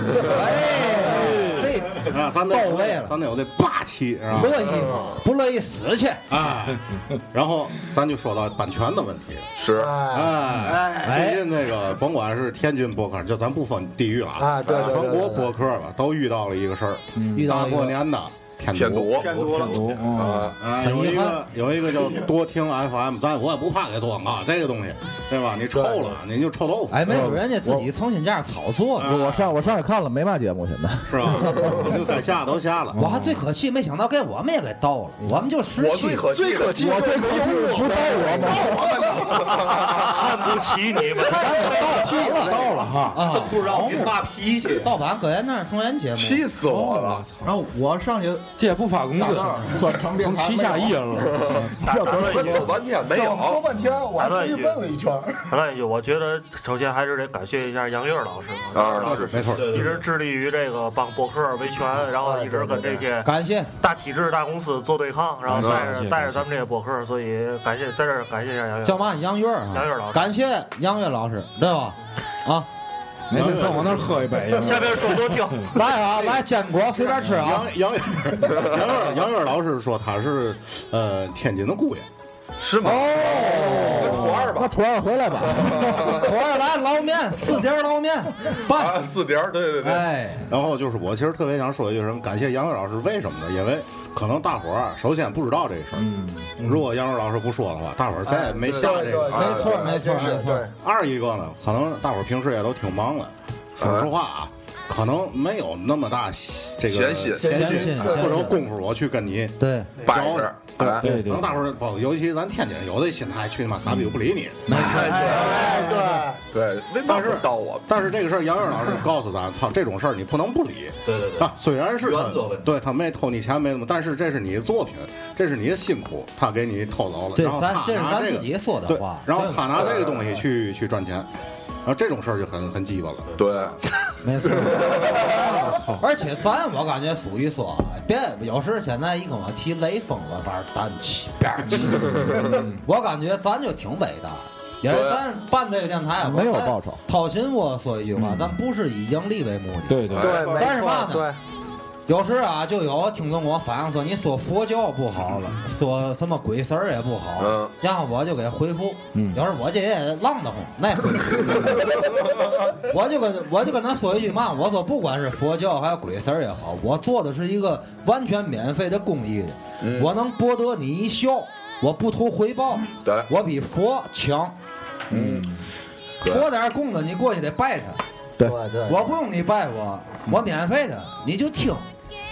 哎，这啊，咱得到位了， 咱得有这霸气，是吧？ 乐意吗？不乐意死去。 哎，然后咱就说到版权的问题了。 是， 哎，最近那个甭管是天津播客，就咱不分地域了啊，对， 全国播客吧，都遇到了一个事儿，大过年的。 添堵， 添堵了， 啊啊！有一个有一个叫多听 F M， 咱我也不怕给做广告，这个东西，对吧？你臭了，你就臭豆腐。 哎，没有人家自己重新这样炒作。 我上我上去看了，没嘛节目，现在是吧？就该下都下了。 我还最可气，没想到给我们也给盗了，我们就失去。我最可最可气，我最可气不是盗我们，看不起你们， 盗气了， 盗了哈啊！真不知道你发脾气， 盗版搁在那儿同人节目， 气死我了！ 然后我上去， 这也不发工资。 算成成旗下艺人了， 要走半天没有， 说半天我还去问了一圈。 打一句，我觉得首先还是得感谢一下杨月老师， 啊，是没错， 一直致力于这个帮博客维权，然后一直跟这些感谢大体制大公司做对抗，然后带着带着咱们这些博客，所以感谢在这儿感谢一下杨月。 叫嘛？杨月， 杨月老师， 感谢杨月老师，对吧？啊。 没事，上我那儿喝一杯。 下边说多听， 来啊，来坚果随便吃啊。 杨杨杨月杨月老师说他是呃天津的姑爷， 是吗？ 哦， 初二吧， 那初二回来吧。 初二来捞面，四碟捞面， 啊，四碟，对对对。 哎， 然后就是我其实特别想说一句什么，感谢杨月老师，为什么呢？因为可能大伙儿首先不知道这事儿，嗯，如果杨月老师不说的话，大伙儿咱也没下这个。 没错，没错，没错。 二一个呢，可能大伙儿平时也都挺忙了，说实话啊。可能没有那么大这个闲心， 闲心或者功夫，我去跟你对教着， 对对对，可能大伙儿包括尤其咱天津有的心态，去他妈傻逼我不理你， 对对对， 但是到我，但是这个事儿杨月老师告诉咱，操，这种事儿你不能不理， 对对对啊，虽然是他对他没偷你钱没怎么，但是这是你的作品，这是你的辛苦，他给你偷走了，然后他拿这个对， 然后他拿这个东西去去赚钱。然后这种事儿就很很鸡巴了， 对， 没错。而且咱我感觉属于说，别有时现在一跟我提雷锋，我玩单气边气，我感觉咱就挺伟大。因为咱办这个电台没有报酬。 掏心窝说一句话，咱不是以盈利为目的。 对对对， 但是嘛呢？对。有时啊，就有听众给我反映说，你说佛教不好了，说什么鬼神儿也不好，嗯、然后我就给回复，嗯、有时我这也浪得慌，那回复，我就跟我就跟他说一句嘛，我说不管是佛教还是鬼神儿也好，我做的是一个完全免费的公益的，嗯、我能博得你一笑，我不图回报， 对， 我比佛强，嗯，佛点供的你过去得拜他， 对对， 我不用你拜我，我免费的你就听。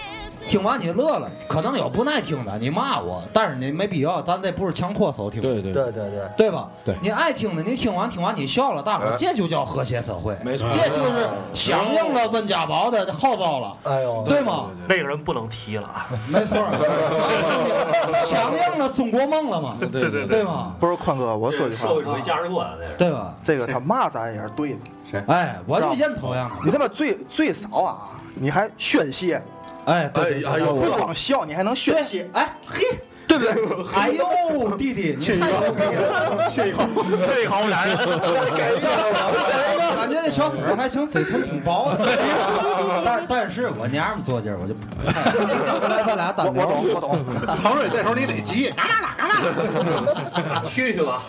听完你乐了，可能有不耐听的，你骂我，但是你没必要，咱这不是强迫收听， 对对对对对， 对吧？ 对， 你爱听的，你听完听完你笑了，大伙儿这就叫和谐社会， 没错， 这就是响应了温家宝的号召了， 哎呦， 对吗？ 那个人不能提了， 没错，响应了中国梦了嘛， 对对对， 对吗？ 不是宽哥，我说句话， 社会主义价值观， 对吧？ 这个他骂咱也是对的。 谁？ 哎，我就认同样。 你他妈最最少啊，你还宣泄， 哎，对， 哎呦， 不光笑，你还能宣泄， 哎嘿。 对不对？ 哎呦，弟弟， 亲一口，亲一口， 亲一口，俩人感觉这小腿儿还行，嘴唇挺薄的。但但是我娘们坐这儿，我就不太。后来咱俩单聊。 我懂，我懂。 曹睿这时候你得急，嘎啦啦，嘎啦啦， 去去吧。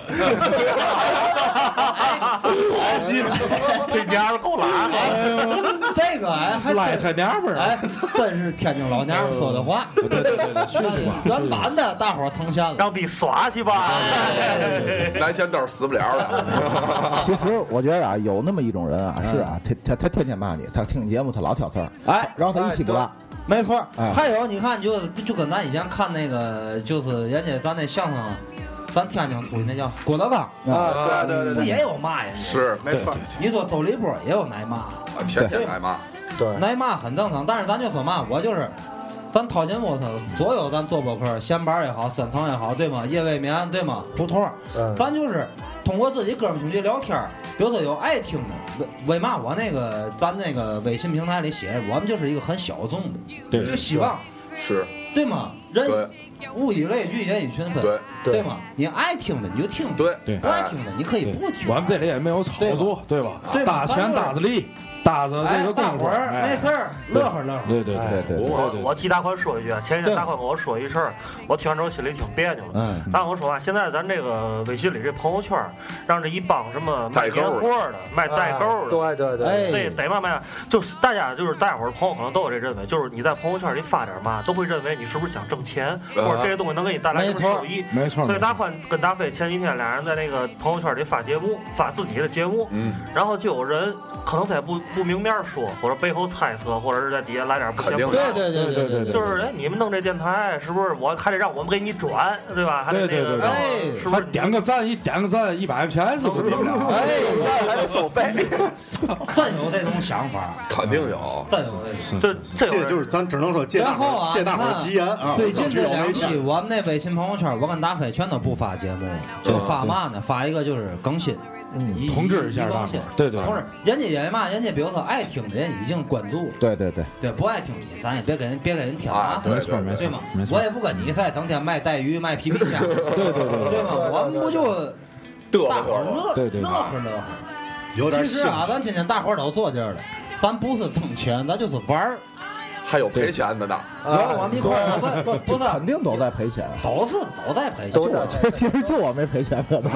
好媳妇， 这娘们够懒。 这个哎，还赖他娘们儿， 哎，真是天津老娘们说的话。 对对对对，确实原版的大伙儿成仙了， 让逼耍去吧。 来钱都是死不了的。 其实我觉得啊，有那么一种人啊，是啊，他他他天天骂你，他听节目他老挑刺儿， 哎， 然后他一起不拉。 没错， 哎， 还有你看，就就跟咱以前看那个，就是人家咱那相声，咱天津出去那叫郭德纲啊，对对对， 不也有骂人？ 是， 没错。 你说周立波也有挨骂， 天天挨骂， 对， 挨骂很正常。但是咱就说嘛，我就是，咱掏节目所有咱做播客，闲班也好，酸层也好，对吗？夜未眠，对吗？胡同， 嗯， 咱就是通过自己哥们兄弟聊天，比如说有爱听的，为为嘛我那个咱那个微信平台里写，我们就是一个很小众的， 对， 就希望是， 对吗？人物以类聚，人以群分， 对对吗？你爱听的你就听， 对对， 不爱听的你可以不听。 我们这里也没有炒作，对吧？大钱大的力。搭着这个大伙儿没事儿乐呵乐呵。 对对对对， 我我替大宽说一句，前几天大宽跟我说一事儿，我听完之后心里挺别扭的。 嗯， 大宽跟我说啊，现在咱这个微信里这朋友圈，让这一帮什么卖年货的、卖代购的， 对对对， 对得嘛卖，就是大家就是大家伙儿朋友可能都有这认为，就是你在朋友圈里发点嘛，都会认为你是不是想挣钱，或者这些东西能给你带来什么收益。 没错。 所以大宽跟大飞前几天俩人在那个朋友圈里发节目，发自己的节目， 嗯， 然后就有人可能他不不明面说。或者背后猜测，或者是在底下来点不咸不淡， 对对对对对， 就是哎，你们弄这电台是不是我还得让我们给你转，对吧？还得对对对， 哎， 是不是点个赞一点个赞一百块钱是不是？ 哎， 赞还得收费， 真有这种想法， 肯定有， 真有这这这就是咱只能说借大伙借大伙吉言啊。 最近这两期我们那微信朋友圈，我跟大飞全都不发节目，就发嘛呢？发一个就是更新。 嗯，通知一下大伙儿，对对， 不是人家因为嘛，人家比如说爱听的人已经关注， 对对对， 对不爱听的，咱也别给人别给人添麻烦， 没错没错， 对吗？我也不跟你在整天卖带鱼卖皮皮虾，对对对， 对吗？我们不就大伙儿乐对对乐呵乐呵， 有点其实啊，咱今天大伙儿都坐这儿了，咱不是挣钱，咱就是玩儿。 还有赔钱的呢， 有我们一块儿不不是肯定都在赔钱， 都是都在赔钱， 就我其实就我没赔钱可能。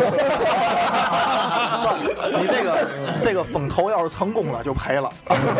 你这个这个风投要是成功了就赔了。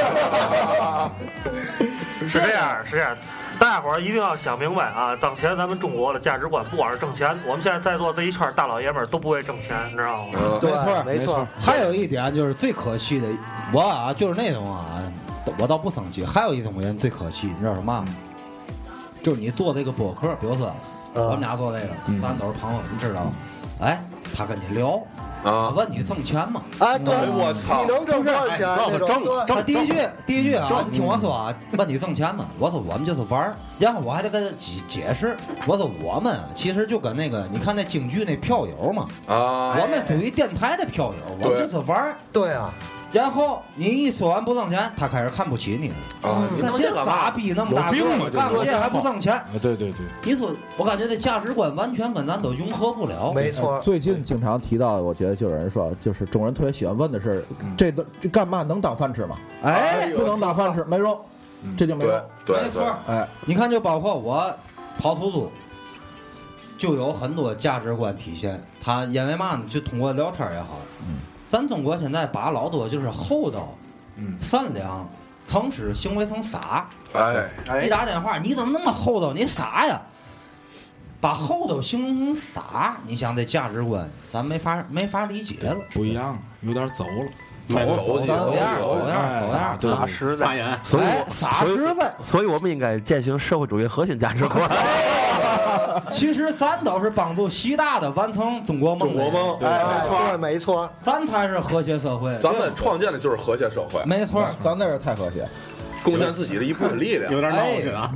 是这样是这样，大家伙儿一定要想明白啊！当前咱们中国的价值观，不光是挣钱，我们现在在座这一圈大老爷们儿都不会挣钱，你知道吗？ 没错没错。 还有一点就是最可惜的，我啊就是那种啊。我倒不生气，还有一种人最可气，你知道什么吗？就是你做这个播客，比如说、嗯、我们俩做这个，嗯、咱都是朋友，你知道？哎，他跟你聊，啊，问你挣钱吗？ 哎，对， 我操， 你能挣多少钱？ 告诉挣挣。 他第一句，第一句啊，你听我说啊，问你挣钱吗？我说我们就是玩儿，然后我还得跟他解解释，我说我们其实就跟那个，你看那京剧那票友嘛，啊，我们属于电台的票友，我们就是玩儿。 对啊。 然后你一说完不挣钱，他开始看不起你了。 啊， 你看这傻逼那么大个，干这还不挣钱？ 对对对。 你说，我感觉这价值观完全跟咱都融合不了。 没错。 最近经常提到，我觉得就有人说，就是中国人特别喜欢问的是，这都这干嘛能当饭吃吗？ 哎， 不能当饭吃，没用，这就没用。 对， 没错。哎，你看，就包括我跑出租，就有很多价值观体现。他因为嘛呢？就通过聊天也好。嗯。咱中国现在把老多就是厚道、嗯、善良、诚实行为成傻。哎，一打电话，你怎么那么厚道？你傻呀！把厚道形容成傻，你想这价值观，咱没法没法理解了。 不一样，有点走了。 走走走样走样走样撒实在， 所以撒实在， 所以我们应该践行社会主义核心价值观。 其实咱都是帮助习大的完成中国梦， 中国梦， 哎，没错没错， 咱才是和谐社会， 咱们创建的就是和谐社会， 没错， 咱那是太和谐。 贡献自己的一部分力量， 有点闹心啊！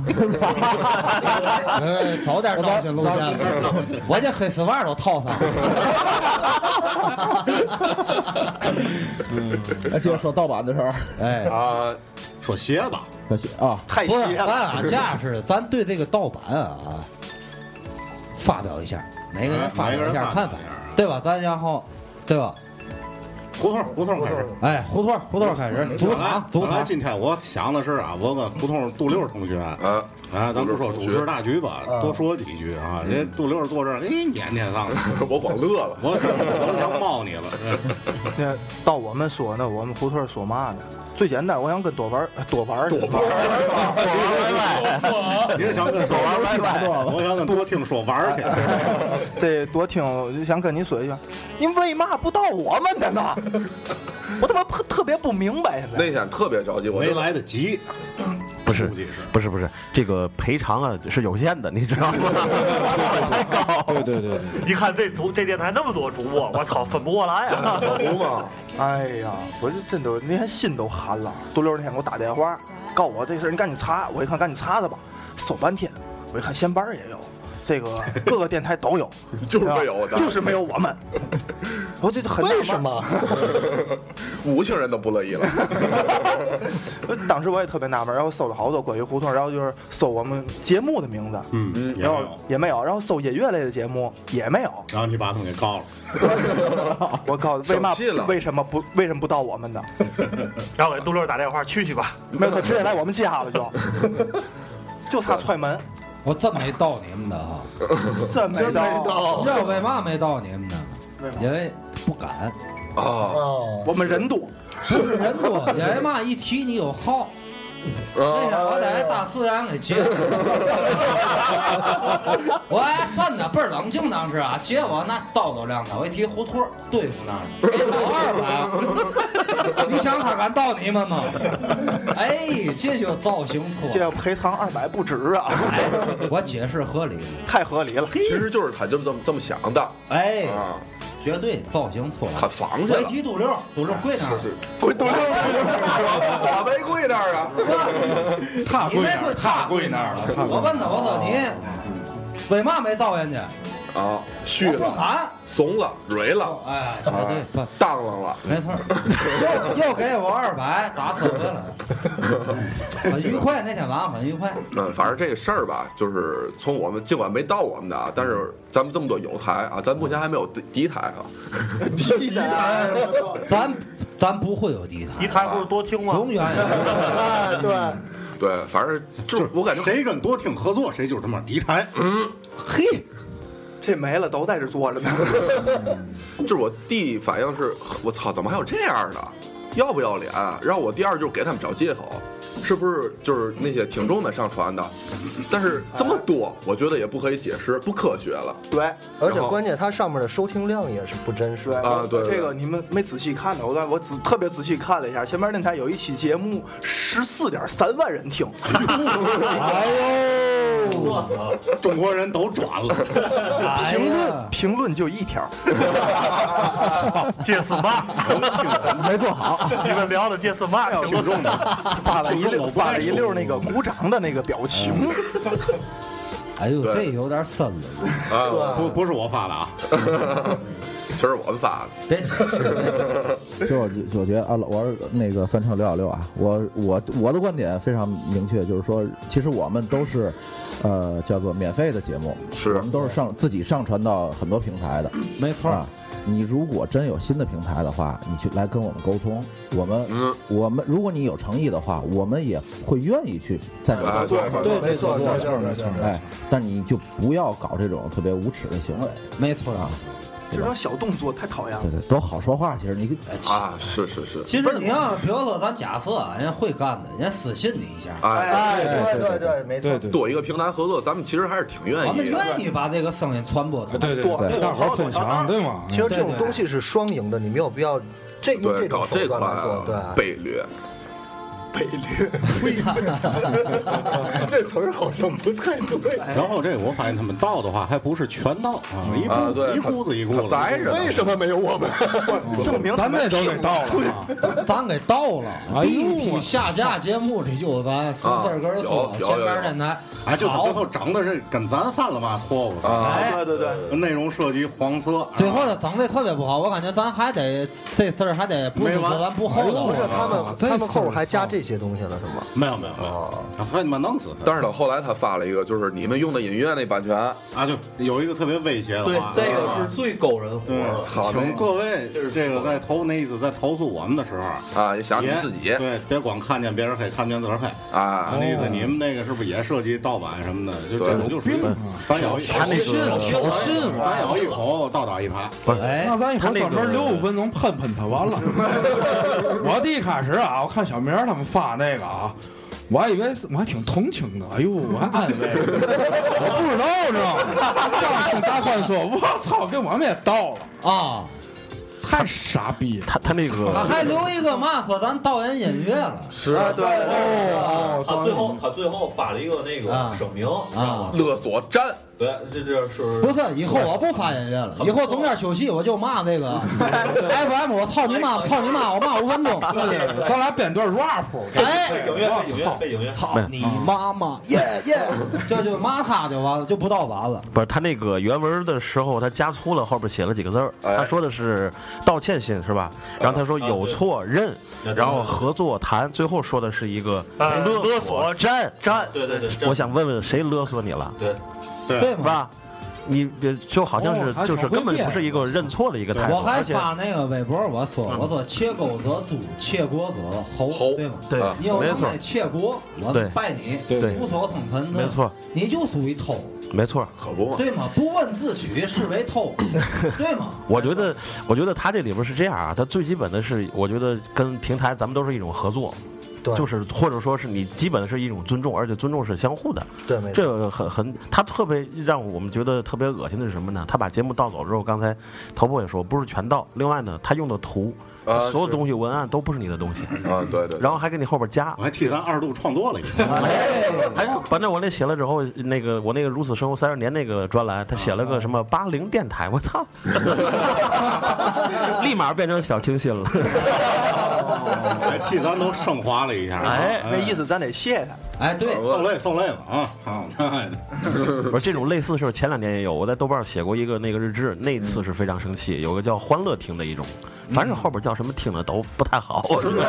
哎，走点闹心路线了，我这黑丝袜都套上。 嗯，那接着说盗版的事儿， 哎啊， 说鞋吧， 说鞋啊， 太邪了。 咱啊，这样式的，咱对这个盗版啊，发表一下，每个人发表一下看法，对吧？咱然后，对吧？ 胡同胡同开始， 哎，胡同胡同开始，组场组场。 今天我想的是啊，我跟胡同杜六同学，啊，啊，咱不说主持大局吧，多说几句啊。人杜六坐这儿，哎，腼腆上的， 我光乐了， 我我想猫你了。 那到我们说呢，我们胡同说嘛呢？最简单，我想跟多玩多玩多玩多玩，你是想跟多玩来吧？我想跟多听说玩去。 对，多听，我就想跟你说一句，你为嘛不到我们的呢？我他妈特别不明白。 那天特别着急，我没来得及。 不是不是不是，这个赔偿啊是有限的，你知道吗？太高。 对对对对， 一看这主这电台那么多主播，我操，分不过来啊！ 可不嘛。 哎呀，我这真的那天心都寒了。杜六那天给我打电话，告我这事儿，你赶紧查。我一看，赶紧查查吧，搜半天。我一看，闲班也有，这个各个电台都有， 就是没有的， 就是没有我们。我这很为什么？ 五星人都不乐意了。 当时我也特别纳闷，然后搜了好多关于胡同，然后就是搜我们节目的名字， 嗯嗯， 然后也没有，然后搜音乐类的节目也没有， 然后你把他们给告了。 我告为嘛为什么不为什么不到我们的？ 然后给杜六打电话去去吧， 没有，他直接来我们家了就，就差踹门。 我真没到你们的哈， 真没到。 你知道为嘛没到你们的？因为不敢。 哦，我们人多， 不是人多，因为嘛一提你有号。那天我在大四让给接，我还真的倍儿冷静，当时啊，接我那叨叨两的，我一提胡同对付那儿，给我二百，你想他敢盗你们吗？哎，这就造型错， 这要赔偿二百不止啊！ 哎，我解释合理， 太合理了， 其实就是他这么这么这么想的， 哎， 啊， 绝对造型错， 看房去了， 我一提杜六，杜六跪那儿， 跪杜六， 我没跪那儿啊。 他跪那儿，他跪那儿了。 我问他，我说你为嘛没到人家？ 啊，虚了， 不喊， 怂了，蕊了， 哎，对对， 当啷了， 没错，又又给我二百，打车回来，很愉快。那天晚上很愉快。 嗯，反正这个事儿吧，就是从我们尽管没到我们的啊，但是咱们这么多有台啊，咱目前还没有敌台啊， 敌台， 咱咱不会有敌台， 敌台不是多听吗？ 永远有。 对。 对，反正就是我感觉谁跟多听合作，谁就是他妈敌台。 嗯， 嘿， 这没了，都在这坐着呢。 就是我第一反应是，我操，怎么还有这样的？要不要脸？然后我第二就是给他们找借口，是不是就是那些听众们上传的？但是这么多，我觉得也不可以解释，不科学了。 对， 而且关键它上面的收听量也是不真实啊。对， 这个你们没仔细看呢，我我仔特别仔细看了一下，前面那台有一期节目十四点三万人听。 哎呦， 中国人都转了。 评论评论就一条， 这是嘛？ 没做好。 你们聊的这是嘛？ 听众的发了一溜发了一溜那个鼓掌的那个表情。 哎呦，这有点深了。 啊，不不是我发的啊， 全是我们发的。 别解释。 就就觉得啊，我是那个翻成六幺六啊，我我我的观点非常明确，就是说，其实我们都是，呃，叫做免费的节目， 是我们都是上自己上传到很多平台的， 没错。 啊，你如果真有新的平台的话，你去来跟我们沟通，我们、 嗯、 我们如果你有诚意的话，我们也会愿意去再跟合作。 对，没错， 没错，没错。 哎，但你就不要搞这种特别无耻的行为。 没错啊。 这种小动作太讨厌了。 对对，都好说话。其实你啊，是是是。 其实你要比如说咱假设人家会干的，人家私信你一下。 哎，对对对，没错。 多一个平台合作，咱们其实还是挺愿意。 我们愿意把这个声音传播出来。 对对对，大伙分享，对吗？ 其实这种东西是双赢的，你没有必要这对搞这块倍率。 倍率，这词儿好像不太对。 然后这个我发现他们倒的话还不是全倒啊，一啊股一股子一股子。 为什么没有我们？ 证明咱那都给倒了， 咱给倒了。第一批下架节目里就咱四四哥说前边电台， 哎，就他最后整的是跟咱犯了嘛错误啊，对对对， 内容涉及黄色， 最后他整的特别不好，我感觉咱还得这事儿还得不是咱不厚道。 不是他们他们后边还加这些东西了是吗？ 没有没有没有，他非他妈弄死他。 但是他后来他发了一个，就是你们用的音乐那版权啊，就有一个特别威胁的话， 对，这个是最勾人火的。 请各位这个在投那意思在投诉我们的时候啊，也想你自己， 对，别光看见别人黑，看见自个儿黑啊。 那意思你们那个是不是也涉及盗版什么的？就这种就属于咱咬一口， 他那个挑衅， 咱咬一口倒打一耙。 不是，那咱一会儿专门留五分钟喷喷他完了。我第一开始啊，我看小明他们发那个啊。我还以为我还挺同情的，哎呦，我还安慰，我不知道，知道吗？刚听大宽说，我操，给我们也倒了啊！ 太傻逼， 他他那个他还留一个嘛，说咱导演音乐了， 是啊，对哦， 他最后他最后发了一个那个声明啊， 勒索战。 对，这这是不是？以后我不发音乐了，以后中间休息我就骂那个 F M， 我操你妈，操你妈，我骂五分钟。 咱俩编段 rap， 哎， 背景乐，背景乐，背景乐， 操你妈妈，耶耶，这就骂他就完了，就不盗版了。 不是他那个原文的时候，他加粗了，后边写了几个字儿，他说的是道歉信是吧？然后他说有错认，然后合作谈，最后说的是一个勒索战战。 对对对， 我想问问谁勒索你了？ 对。 对吧？你就好像是、哦、就是根本不是一个认错的一个态度。 我还发那个微博，我说、嗯、我说窃钩者诛，窃国者侯，对吗？ 对， 你有能耐窃国，我拜你，俯首称臣， 没错， 你就属于偷。 没错， 可不， 对吗？不问自取是为偷，对吗？ 我觉得，我觉得他这里边是这样啊，他最基本的是，我觉得跟平台咱们都是一种合作。就是或者说是你基本的是一种尊重，而且尊重是相互的。 对， 这个很很，他特别让我们觉得特别恶心的是什么呢？他把节目盗走之后，刚才头破也说不是全盗，另外呢，他用的图。啊、所有东西文案都不是你的东西啊，对 对, 对， 然后还给你后边加， 我还替咱二度创作了一个， 还反正我那写了之后，那个我那个如此生活三十年那个专栏，他写了个什么八零电台，我操，立马变成小清新了， 还替咱都升华了一下， 哎， 那意思咱得谢他， 哎，对， 受累受累了啊，好， 不是这种类似事，前两年也有，我在豆瓣写过一个那个日志，那次是非常生气，有个叫欢乐听的一种，反正后边叫。什么听的都不太好，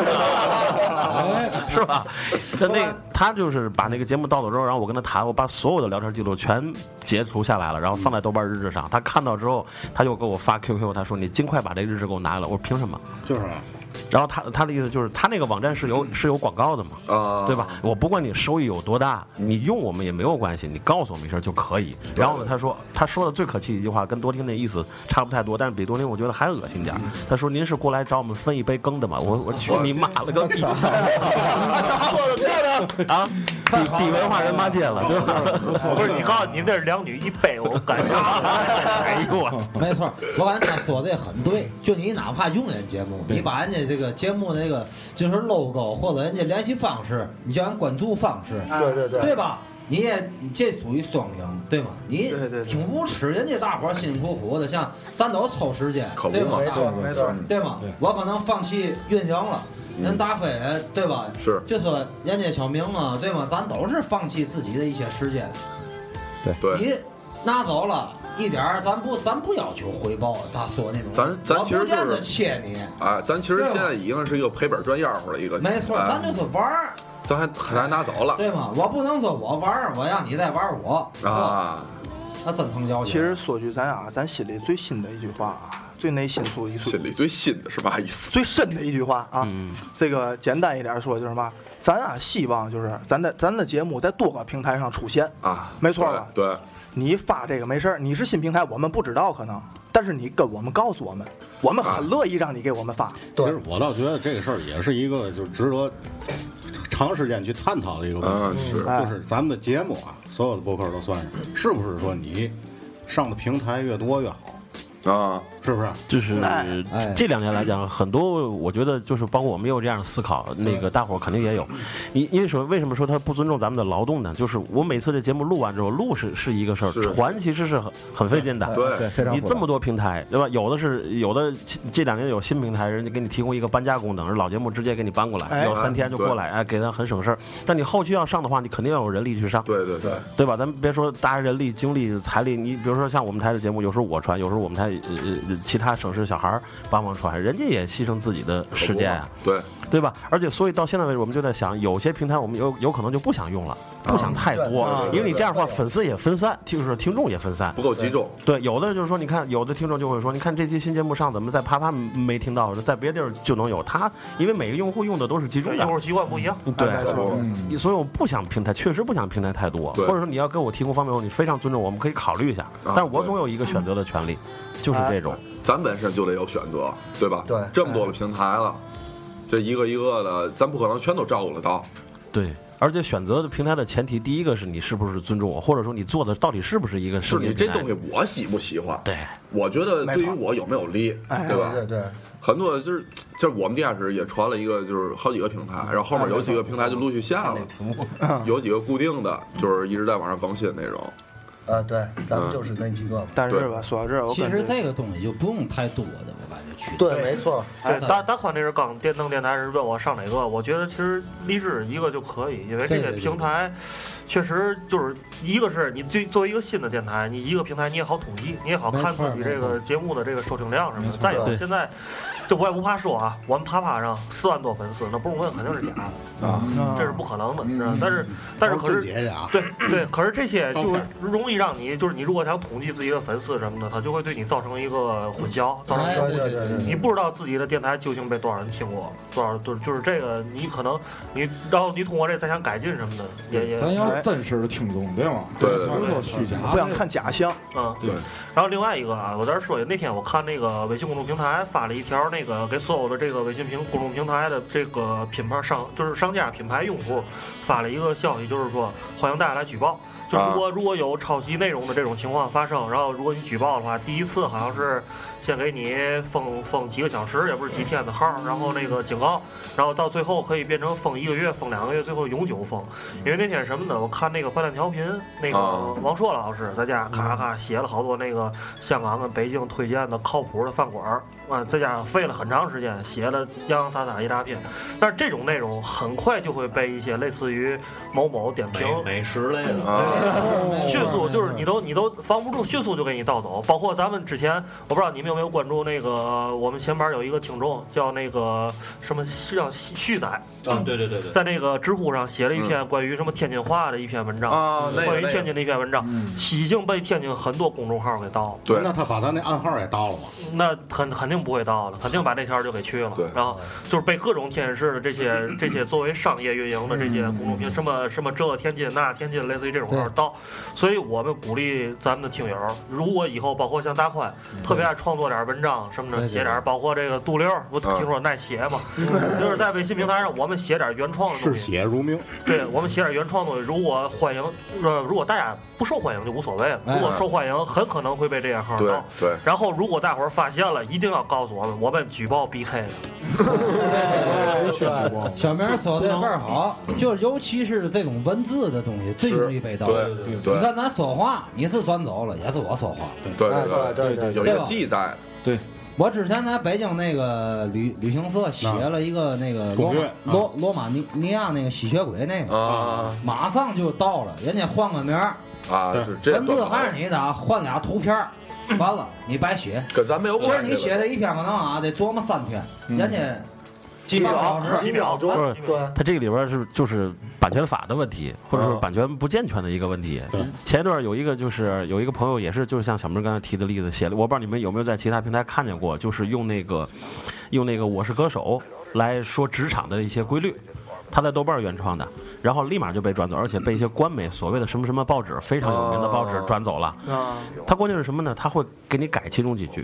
是吧？那那他就是把那个节目盗走之后，然后我跟他谈，我把所有的聊天记录全截图下来了，然后放在豆瓣日志上。他看到之后，他就给我发 Q Q， 他说：“你尽快把这个日志给我拿来了。”我说：“凭什么？” 就是。 然后他他的意思就是，他那个网站是有是有广告的嘛，啊，对吧？我不管你收益有多大，你用我们也没有关系，你告诉我们一声就可以。然后呢，他说他说的最可气一句话，跟多听那意思差不太多，但是比多听我觉得还恶心点。他说：“您是过来找我们分一杯羹的吗？”我我去你妈了个逼！说的漂亮啊，比比文化人骂街了，对吧？ 不是你告诉你这是两女一杯，我干啥？哎呦我， 没错，我感觉他说的很对，就你哪怕用人节目，你把人家这个节目那个就是 logo 或者人家联系方式，你叫人关注方式， 对对对， 对吧？你也你这属于双赢，对吗？你挺不吃人家大伙辛辛苦苦的，像咱都抽时间，对吗？ 没错没错， 对吗？我可能放弃运营了，人大飞对吧？ 是， 就说人家小明啊，对吗？咱都是放弃自己的一些时间， 对对， 你拿走了。一点儿，咱不，咱不要求回报。他说那种， 咱咱其实就是切你啊，咱其实现在已经是一个赔本赚吆喝的一个， 没错，咱就是玩儿， 咱还还拿走了， 对吗？我不能说我玩儿，我让你再玩我啊， 那真成交情。 其实说句咱啊，咱心里最新的一句话啊，最内心处一心里最新的是嘛意思？ 最深的一句话啊，嗯、这个简单一点说就是嘛，咱啊希望就是咱的咱的节目在多个平台上出现啊， 没错吧？ 对。 你发这个没事儿，你是新平台，我们不知道可能，但是你跟我们告诉我们，我们很乐意让你给我们发。 其实我倒觉得这个事儿也是一个就值得长时间去探讨的一个问题， 嗯、是就是咱们的节目啊，所有的播客都算是，是不是说你上的平台越多越好？ 啊， 是不是？ 就是这两年来讲，很多我觉得就是包括我们也有这样的思考，那个大伙儿肯定也有。因因为说为什么说他不尊重咱们的劳动呢？就是我每次这节目录完之后，录是是一个事儿，传其实是很很费劲的。 对， 非常你这么多平台，对吧？有的是有的这两年有新平台，人家给你提供一个搬家功能，老节目直接给你搬过来，要三天就过来，哎，给他很省事儿。但你后期要上的话，你肯定要有人力去上。 对对对， 对吧？咱们别说大家人力、精力、财力，你比如说像我们台的节目，有时候我传，有时候我们台呃其他省市小孩帮忙传，人家也牺牲自己的时间啊， 对对吧？而且所以到现在为止，我们就在想，有些平台我们有有可能就不想用了，不想太多，因为你这样的话粉丝也分散，就是听众也分散， 不够集中。 对，有的就是说，你看有的听众就会说，你看这期新节目上怎么在啪啪没听到，在别地儿就能有。他因为每个用户用的都是集中的， 用户习惯不一样。 对，嗯、所以我不想平台，确实不想平台太多，或者说你要给我提供方便，你非常尊重，我们可以考虑一下。 啊、 但是我总有一个选择的权利，就是这种。 咱本身就得有选择，对吧？ 对， 这么多的平台了，这一个一个的，咱不可能全都照顾得到。 对。而且选择的平台的前提，第一个是你是不是尊重我，或者说你做的到底是不是一个是你这东西我喜不喜欢？ 对， 我觉得对于我有没有利，对吧？ 对对。 很多就是就是我们地下室也传了一个，就是好几个平台，然后后面有几个平台就陆续下了，有几个固定的，就是一直在往上更新那种。 啊，对，咱们就是那几个。 但是吧，说到这儿， 其实这个东西就不用太多的，我感觉去。 对，没错。 哎，大大宽那是刚电灯电台是问我上哪个，我觉得其实励志一个就可以，因为这些平台确实就是一个是你作作为一个新的电台，你一个平台你也好统计，你也好看自己这个节目的这个收听量什么的。再有现在。就我也不怕说啊，我们啪啪上四万多粉丝，那不是我肯定是假的啊，这是不可能的，知道？但是但是可是对对，可是这些就容易让你就是你如果想统计自己的粉丝什么的，它就会对你造成一个混淆，造成一个误解，你不知道自己的电台究竟被多少人听过，多少就是就是这个你可能你然后你通过这再想改进什么的，也也咱要真实的听众对吗？ 对， 不是说虚假， 不想看假象。 嗯，对。然后另外一个啊，我在这说，那天我看那个微信公众平台发了一条那个给所有的这个微信平公众平台的这个品牌商就是商家品牌用户发了一个消息，就是说欢迎大家来举报。就如果如果有抄袭内容的这种情况发生，然后如果你举报的话，第一次好像是先给你封封几个小时，也不是几天的号，然后那个警告，然后到最后可以变成封一个月、封两个月，最后永久封。因为那天什么呢？我看那个坏蛋调频，那个王朔老师在家咔咔写了好多那个香港跟北京推荐的靠谱的饭馆。啊，在家费了很长时间，写了洋洋洒洒一大篇，但是这种内容很快就会被一些类似于某某点评美食类的啊，迅速就是你都你都防不住，迅速就给你盗走。包括咱们之前，我不知道你们有没有关注那个，我们前边有一个听众叫那个什么是叫旭仔啊，对对对对， 在那个知乎上写了一篇关于什么天津话的一篇文章啊， 关于天津的一篇文章，已经被天津很多公众号给盗了。 对， 那他把咱那暗号也盗了吗？ 那很肯定不会盗了，肯定把那条就给去了。 对， 然后就是被各种天津市的这些这些作为商业运营的这些公众平什么什么这天津那天津类似于这种号盗，所以我们鼓励咱们的听友，如果以后包括像大宽特别爱创作点文章什么的，写点包括这个杜六，我听说耐写嘛，就是在微信平台上我们写点原创的东西， 是写如命。 对，我们写点原创东西，如果欢迎，呃，如果大家不受欢迎就无所谓了，如果受欢迎，很可能会被这些号盗。 对。 然后如果大伙儿发现了，一定要告诉我们，我们举报 B K。 小明说的倍儿好，就是尤其是这种文字的东西最容易被盗。 对对。 你看咱说话，你是转走了，也是我说话。 对对对对，有一个记载。 对。 我之前在北京那个旅旅行社写了一个那个罗罗罗马尼尼亚那个吸血鬼那个啊， 马上就到了，人家换个名儿啊， 文字还是你的，换俩图片，完了你白写， 跟咱没有关系。 其实你写的一篇可能啊得琢磨三天，人家。 几秒几秒钟，对， 它这个里边是就是版权法的问题，或者是版权不健全的一个问题。 对， 前一段有一个就是有一个朋友也是，就是像小明刚才提的例子写的，我不知道你们有没有在其他平台看见过，就是用那个用那个我是歌手来说职场的一些规律。他在豆瓣原创的，然后立马就被转走，而且被一些官媒所谓的什么什么报纸非常有名的报纸转走了。他关键是什么呢？他会给你改其中几句。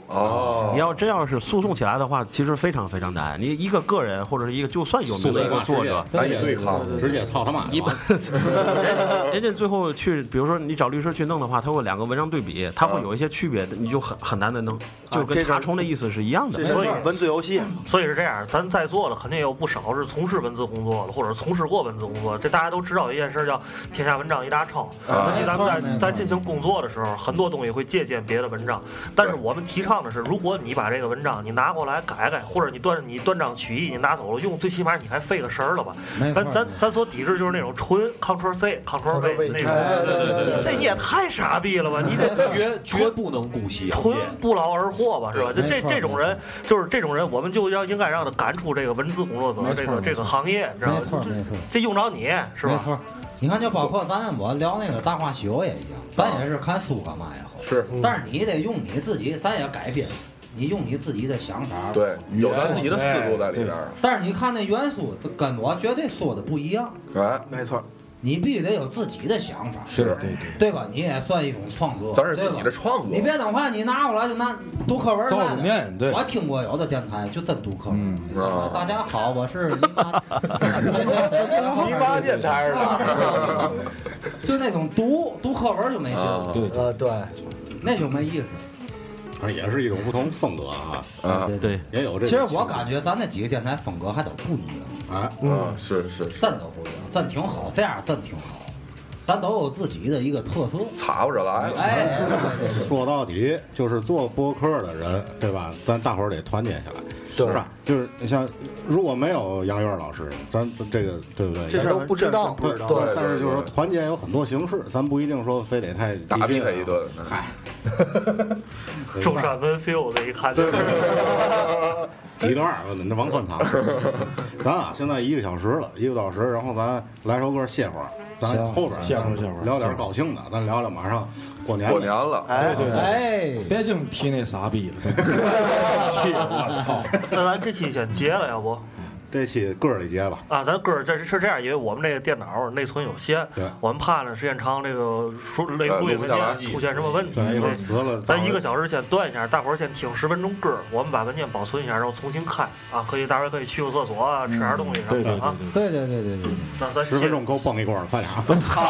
哦，你要真要是诉讼起来的话，其实非常非常难。你一个个人或者是一个就算有名的一个作者， 咱也对抗，直接操他妈！ 一般人家最后去，比如说你找律师去弄的话，他会两个文章对比，他会有一些区别，你就很很难的弄，就跟查重的意思是一样的。 所以文字游戏， 所以是这样，咱在座的肯定有不少是从事文字工作的，或者从事过文字工作。这大家都知道一件事叫天下文章一大抄。尤其咱们在在进行工作的时候，很多东西会借鉴别的文章，但是我们提倡的是，如果你把这个文章你拿过来改改，或者你断你断章取义，你拿走了用，最起码你还费个神儿了吧？咱咱咱所抵制就是那种纯 Ctrl C Ctrl V 那种，这你也太傻逼了吧？你这绝绝不能姑息养纯不劳而获吧？是吧？就这这种人，就是这种人，我们就要应该让他赶出这个文字工作者这个这个行业，知道吗？ 没错没错， 这用着你是吧？ 没错。你看，就包括咱我聊那个《大话西游》也一样，咱也是看书干嘛也好， 是， 但是你得用你自己，咱也改编，你用你自己的想法， 对，有咱自己的思路在里边。 但是你看那元素，跟我绝对说的不一样。 哎， 没错。 你必须得有自己的想法， 是，对对，对吧？你也算一种创作， 咱是自己的创作。 你别等话，你拿过来就拿读课文来的。对， 我听过有的电台就真读课文。 嗯， 大家好，我是泥巴， 泥巴电台是吧？ 就那种读读课文就没劲， 对， 呃，对， 那就没意思。 也是一种不同风格啊， 啊，对对， 也有这。 其实我感觉咱那几个电台风格还都不一样啊， 嗯，是是， 真都不一样，真挺好，这样真挺好，咱都有自己的一个特色， 插不着来了。 哎， 说到底就是做播客的人，对吧？咱大伙儿得团结下来。是吧？就是你像，如果没有杨元老师，咱这个对不对？ 这都不知道， 不知道。对，但是就是说团结有很多形式，咱不一定说非得太打逼他一顿。 嗨， 中山文 feel 这一看， 对，几段你这王串场。咱啊，现在一个小时了，一个多小时，然后咱来首歌歇会儿。咱后边歇会儿歇会儿， 聊点高兴的，咱聊聊马上过年过年了， 哎对对， 哎， 别净提那傻逼了，我操！ 那咱这期先结了，要不？ 这期歌里结吧。 啊，咱歌这是这样，因为我们这个电脑内存有限， 对， 我们怕呢时间长，这个输录音文件出现什么问题， 对，一会儿死了。 咱一个小时先断一下，大伙儿先听十分钟歌，我们把文件保存一下，然后重新开啊，可以大伙儿可以去个厕所啊，吃点东西什么的啊。 对对对对对。 那咱十分钟够崩一罐，快点啊！ 操！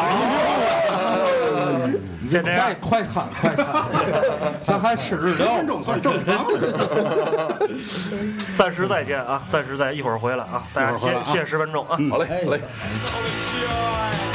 先这样， 快餐快餐，咱还吃日料， 十分钟算正常。 暂时再见啊，暂时再一会儿回来啊，大家歇歇十分钟啊， 好嘞，好嘞。